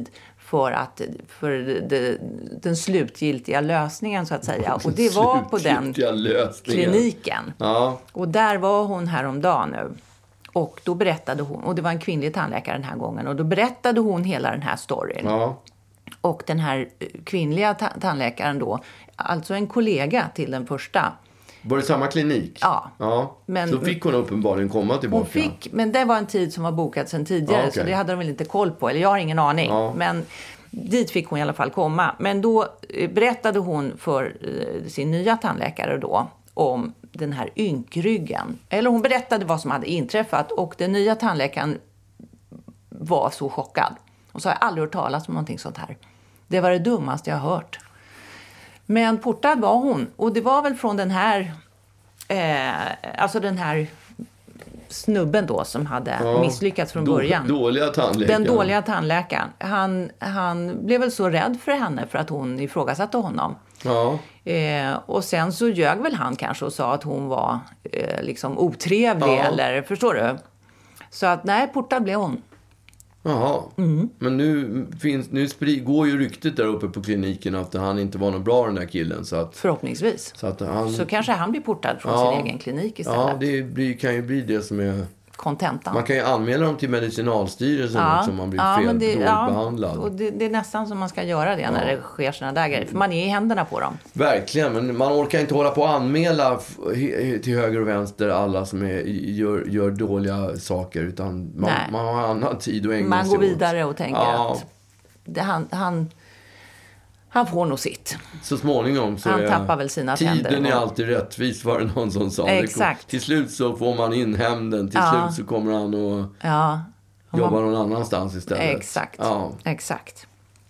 Speaker 2: för den slutgiltiga lösningen så att säga. Och det var på den kliniken.
Speaker 1: Ja.
Speaker 2: Och där var hon häromdagen nu. Och då berättade hon, och det var en kvinnlig tandläkare den här gången, och då berättade hon hela den här storyn.
Speaker 1: Ja.
Speaker 2: Och den här kvinnliga tandläkaren då, alltså en kollega till den första.
Speaker 1: Var det samma klinik?
Speaker 2: Ja.
Speaker 1: Men, så fick hon uppenbarligen komma tillbaka?
Speaker 2: Hon fick, men det var en tid som var bokad sedan tidigare, så det hade de väl inte koll på. Eller jag har ingen aning, men dit fick hon i alla fall komma. Men då berättade hon för sin nya tandläkare då om den här ynkryggen. Eller hon berättade vad som hade inträffat, och den nya tandläkaren var så chockad. Och så har jag aldrig hört talas om någonting sånt här. Det var det dummaste jag har hört. Men portad var hon. Och det var väl från den här alltså den här snubben då som hade misslyckats från början.
Speaker 1: Dåliga tandläkaren.
Speaker 2: Den dåliga tandläkaren. Han blev väl så rädd för henne för att hon ifrågasatte honom.
Speaker 1: Ja.
Speaker 2: Och sen så ljög väl han kanske och sa att hon var liksom otrevlig eller, förstår du? Så att nej, portad blev hon.
Speaker 1: Jaha. Men nu går ju ryktet där uppe på kliniken att han inte var någon bra, den där killen. Så att,
Speaker 2: förhoppningsvis. Så kanske han blir portad från sin egen klinik istället.
Speaker 1: Ja, det kan ju bli det som är
Speaker 2: kontentan.
Speaker 1: Man kan ju anmäla dem till Medicinalstyrelsen också om man blir dåligt behandlad.
Speaker 2: Och det är nästan som man ska göra det när det sker såna där grejer. För man är i händerna på dem.
Speaker 1: Verkligen, men man orkar inte hålla på att anmäla till höger och vänster alla som gör dåliga saker. Utan man har annan tid och ägna sig
Speaker 2: man går vidare och tänker att han får nog sitt.
Speaker 1: Så småningom så
Speaker 2: han tappar väl sina tänder.
Speaker 1: Tiden är alltid rättvis, var det någon som sa.
Speaker 2: Exakt.
Speaker 1: Till slut så får man in hämnden. Till slut så kommer han och jobba någon annanstans istället.
Speaker 2: Exakt. Exakt.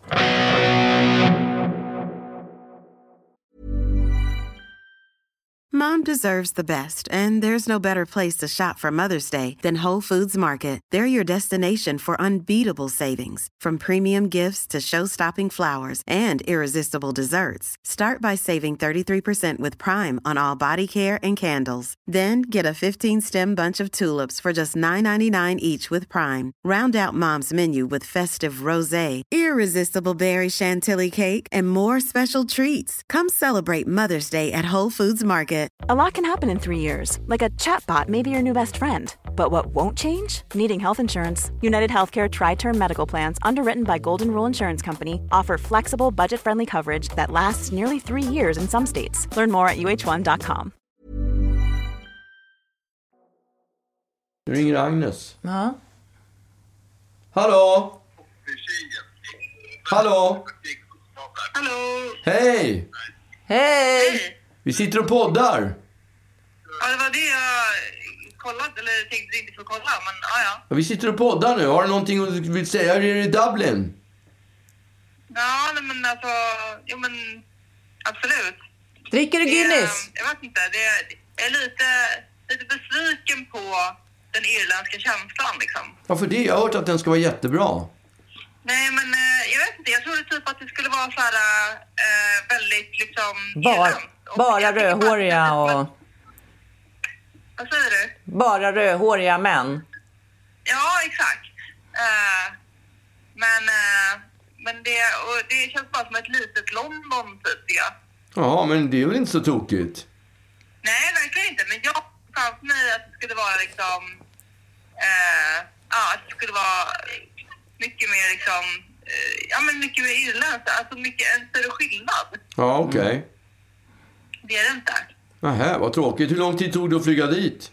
Speaker 6: Mom deserves the best, and there's no better place to shop for Mother's Day than Whole Foods Market. They're your destination for unbeatable savings, from premium gifts to show-stopping flowers and irresistible desserts. Start by saving 33% with Prime on all body care and candles. Then get a 15-stem bunch of tulips for just $9.99 each with Prime. Round out Mom's menu with festive rosé, irresistible berry chantilly cake, and more special treats. Come celebrate Mother's Day at Whole Foods Market.
Speaker 4: A lot can happen in 3 years, like a chatbot may be your new best friend. But what won't change? Needing health insurance. United Healthcare Tri-Term Medical Plans, underwritten by Golden Rule Insurance Company, offer flexible, budget-friendly coverage that lasts nearly 3 years in some states. Learn more at uh1.com.
Speaker 1: Nu ringer Agnes.
Speaker 2: Ja.
Speaker 1: Hallå? Hallå?
Speaker 7: Hallå?
Speaker 1: Hej!
Speaker 2: Hej!
Speaker 1: Vi sitter och poddar.
Speaker 7: Ja, det var det jag kollade, eller tänkte inte få kolla, men ja.
Speaker 1: Vi sitter och poddar nu. Har du någonting du vill säga? Är det i Dublin?
Speaker 7: Ja, men alltså, jo men absolut.
Speaker 2: Dricker du Guinness?
Speaker 7: Jag vet inte, jag är lite besviken på den irländska känslan liksom.
Speaker 1: Varför det? Jag har hört att den ska vara jättebra.
Speaker 7: Nej, men jag vet inte, jag trodde typ att det skulle vara så här väldigt liksom
Speaker 2: bara rödhåriga och...
Speaker 7: Vad säger du?
Speaker 2: Bara rödhåriga män.
Speaker 7: Ja, exakt. Men det känns bara som ett litet London typ, ja.
Speaker 1: Ja, men det är väl inte så tokigt?
Speaker 7: Nej, verkligen inte. Men jag fanns mig att det skulle vara liksom... att det skulle vara mycket mer liksom... men mycket mer irländskt. Alltså en större skillnad.
Speaker 1: Ja, okej.
Speaker 7: Det är det inte.
Speaker 1: Nähä, vad tråkigt. Hur lång tid tog det att flyga dit?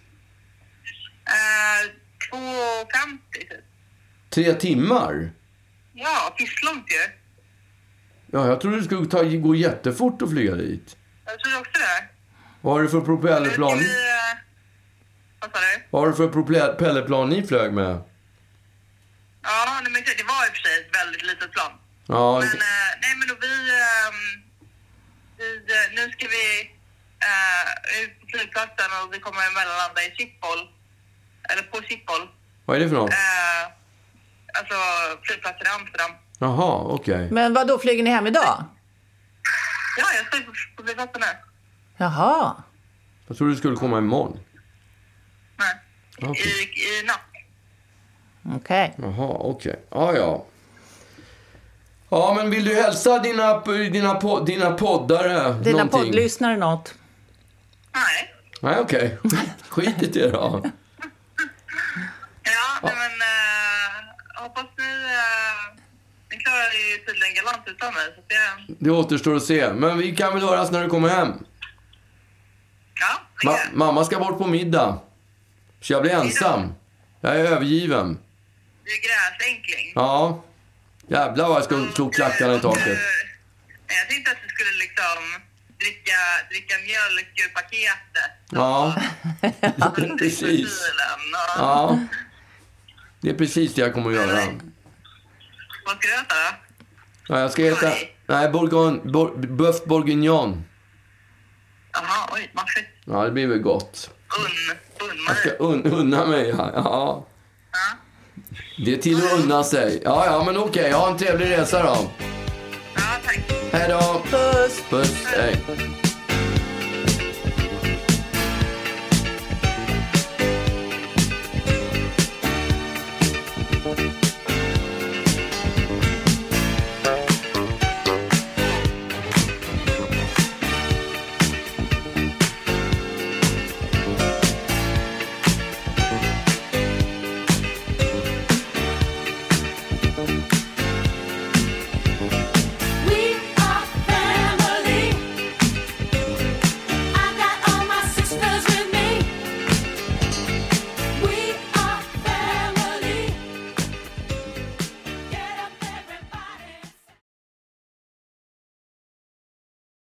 Speaker 7: 2:50 typ.
Speaker 1: 3 timmar?
Speaker 7: Ja, pisslångt ju.
Speaker 1: Ja, jag trodde det skulle gå jättefort att flyga dit.
Speaker 7: Jag tror också det.
Speaker 1: Vad har du för propellerplan?
Speaker 7: Vad sa du?
Speaker 1: Vad har du för propellerplan ni flög med?
Speaker 7: Ja, men det var i och för sig ett väldigt litet plan.
Speaker 1: Ja,
Speaker 7: men nu ska vi ut på flygplatsen och vi kommer mellanlanda i Schiphol. Eller på Schiphol.
Speaker 1: Vad är det för något?
Speaker 7: Alltså flygplatsen i Amsterdam.
Speaker 1: Jaha, okej.
Speaker 2: Men vad då, flyger ni hem idag?
Speaker 7: Ja, jag ska på flygplatsen nu.
Speaker 2: Jaha.
Speaker 1: Jag trodde du skulle komma imorgon.
Speaker 7: Nej, okay. I natt.
Speaker 2: Okej.
Speaker 1: Jaha, okej. Ja. Ja, men vill du hälsa dina poddare
Speaker 2: dina poddlyssnare något?
Speaker 7: Nej.
Speaker 1: Nej, okej. Skit i det då.
Speaker 7: Men hoppas ni klarar ju tydligen galant utan mig. Så
Speaker 1: det återstår att se. Men vi kan väl höras när du kommer hem.
Speaker 7: Ja,
Speaker 1: mamma ska bort på middag. Så jag blir ensam. Jag är övergiven.
Speaker 7: Du är gräsänkling.
Speaker 1: Ja. Jävlar vad jag ska slå klackarna i taket.
Speaker 7: Jag tänkte att du skulle liksom dricka mjölk ur paketet.
Speaker 1: Ja. Precis. Ja. Det är precis det jag kommer att göra.
Speaker 7: Vad ska du äta då?
Speaker 1: Ja, jag ska äta... Nej, bœuf bourguignon.
Speaker 7: Jaha, oj, maffigt.
Speaker 1: Ja, det blir väl gott. Jag ska unna mig, ja. Det är till att unna sig. Ja, men okej. Ha en trevlig resa då.
Speaker 7: Ja, tack.
Speaker 1: Hej då. Puss. Hej.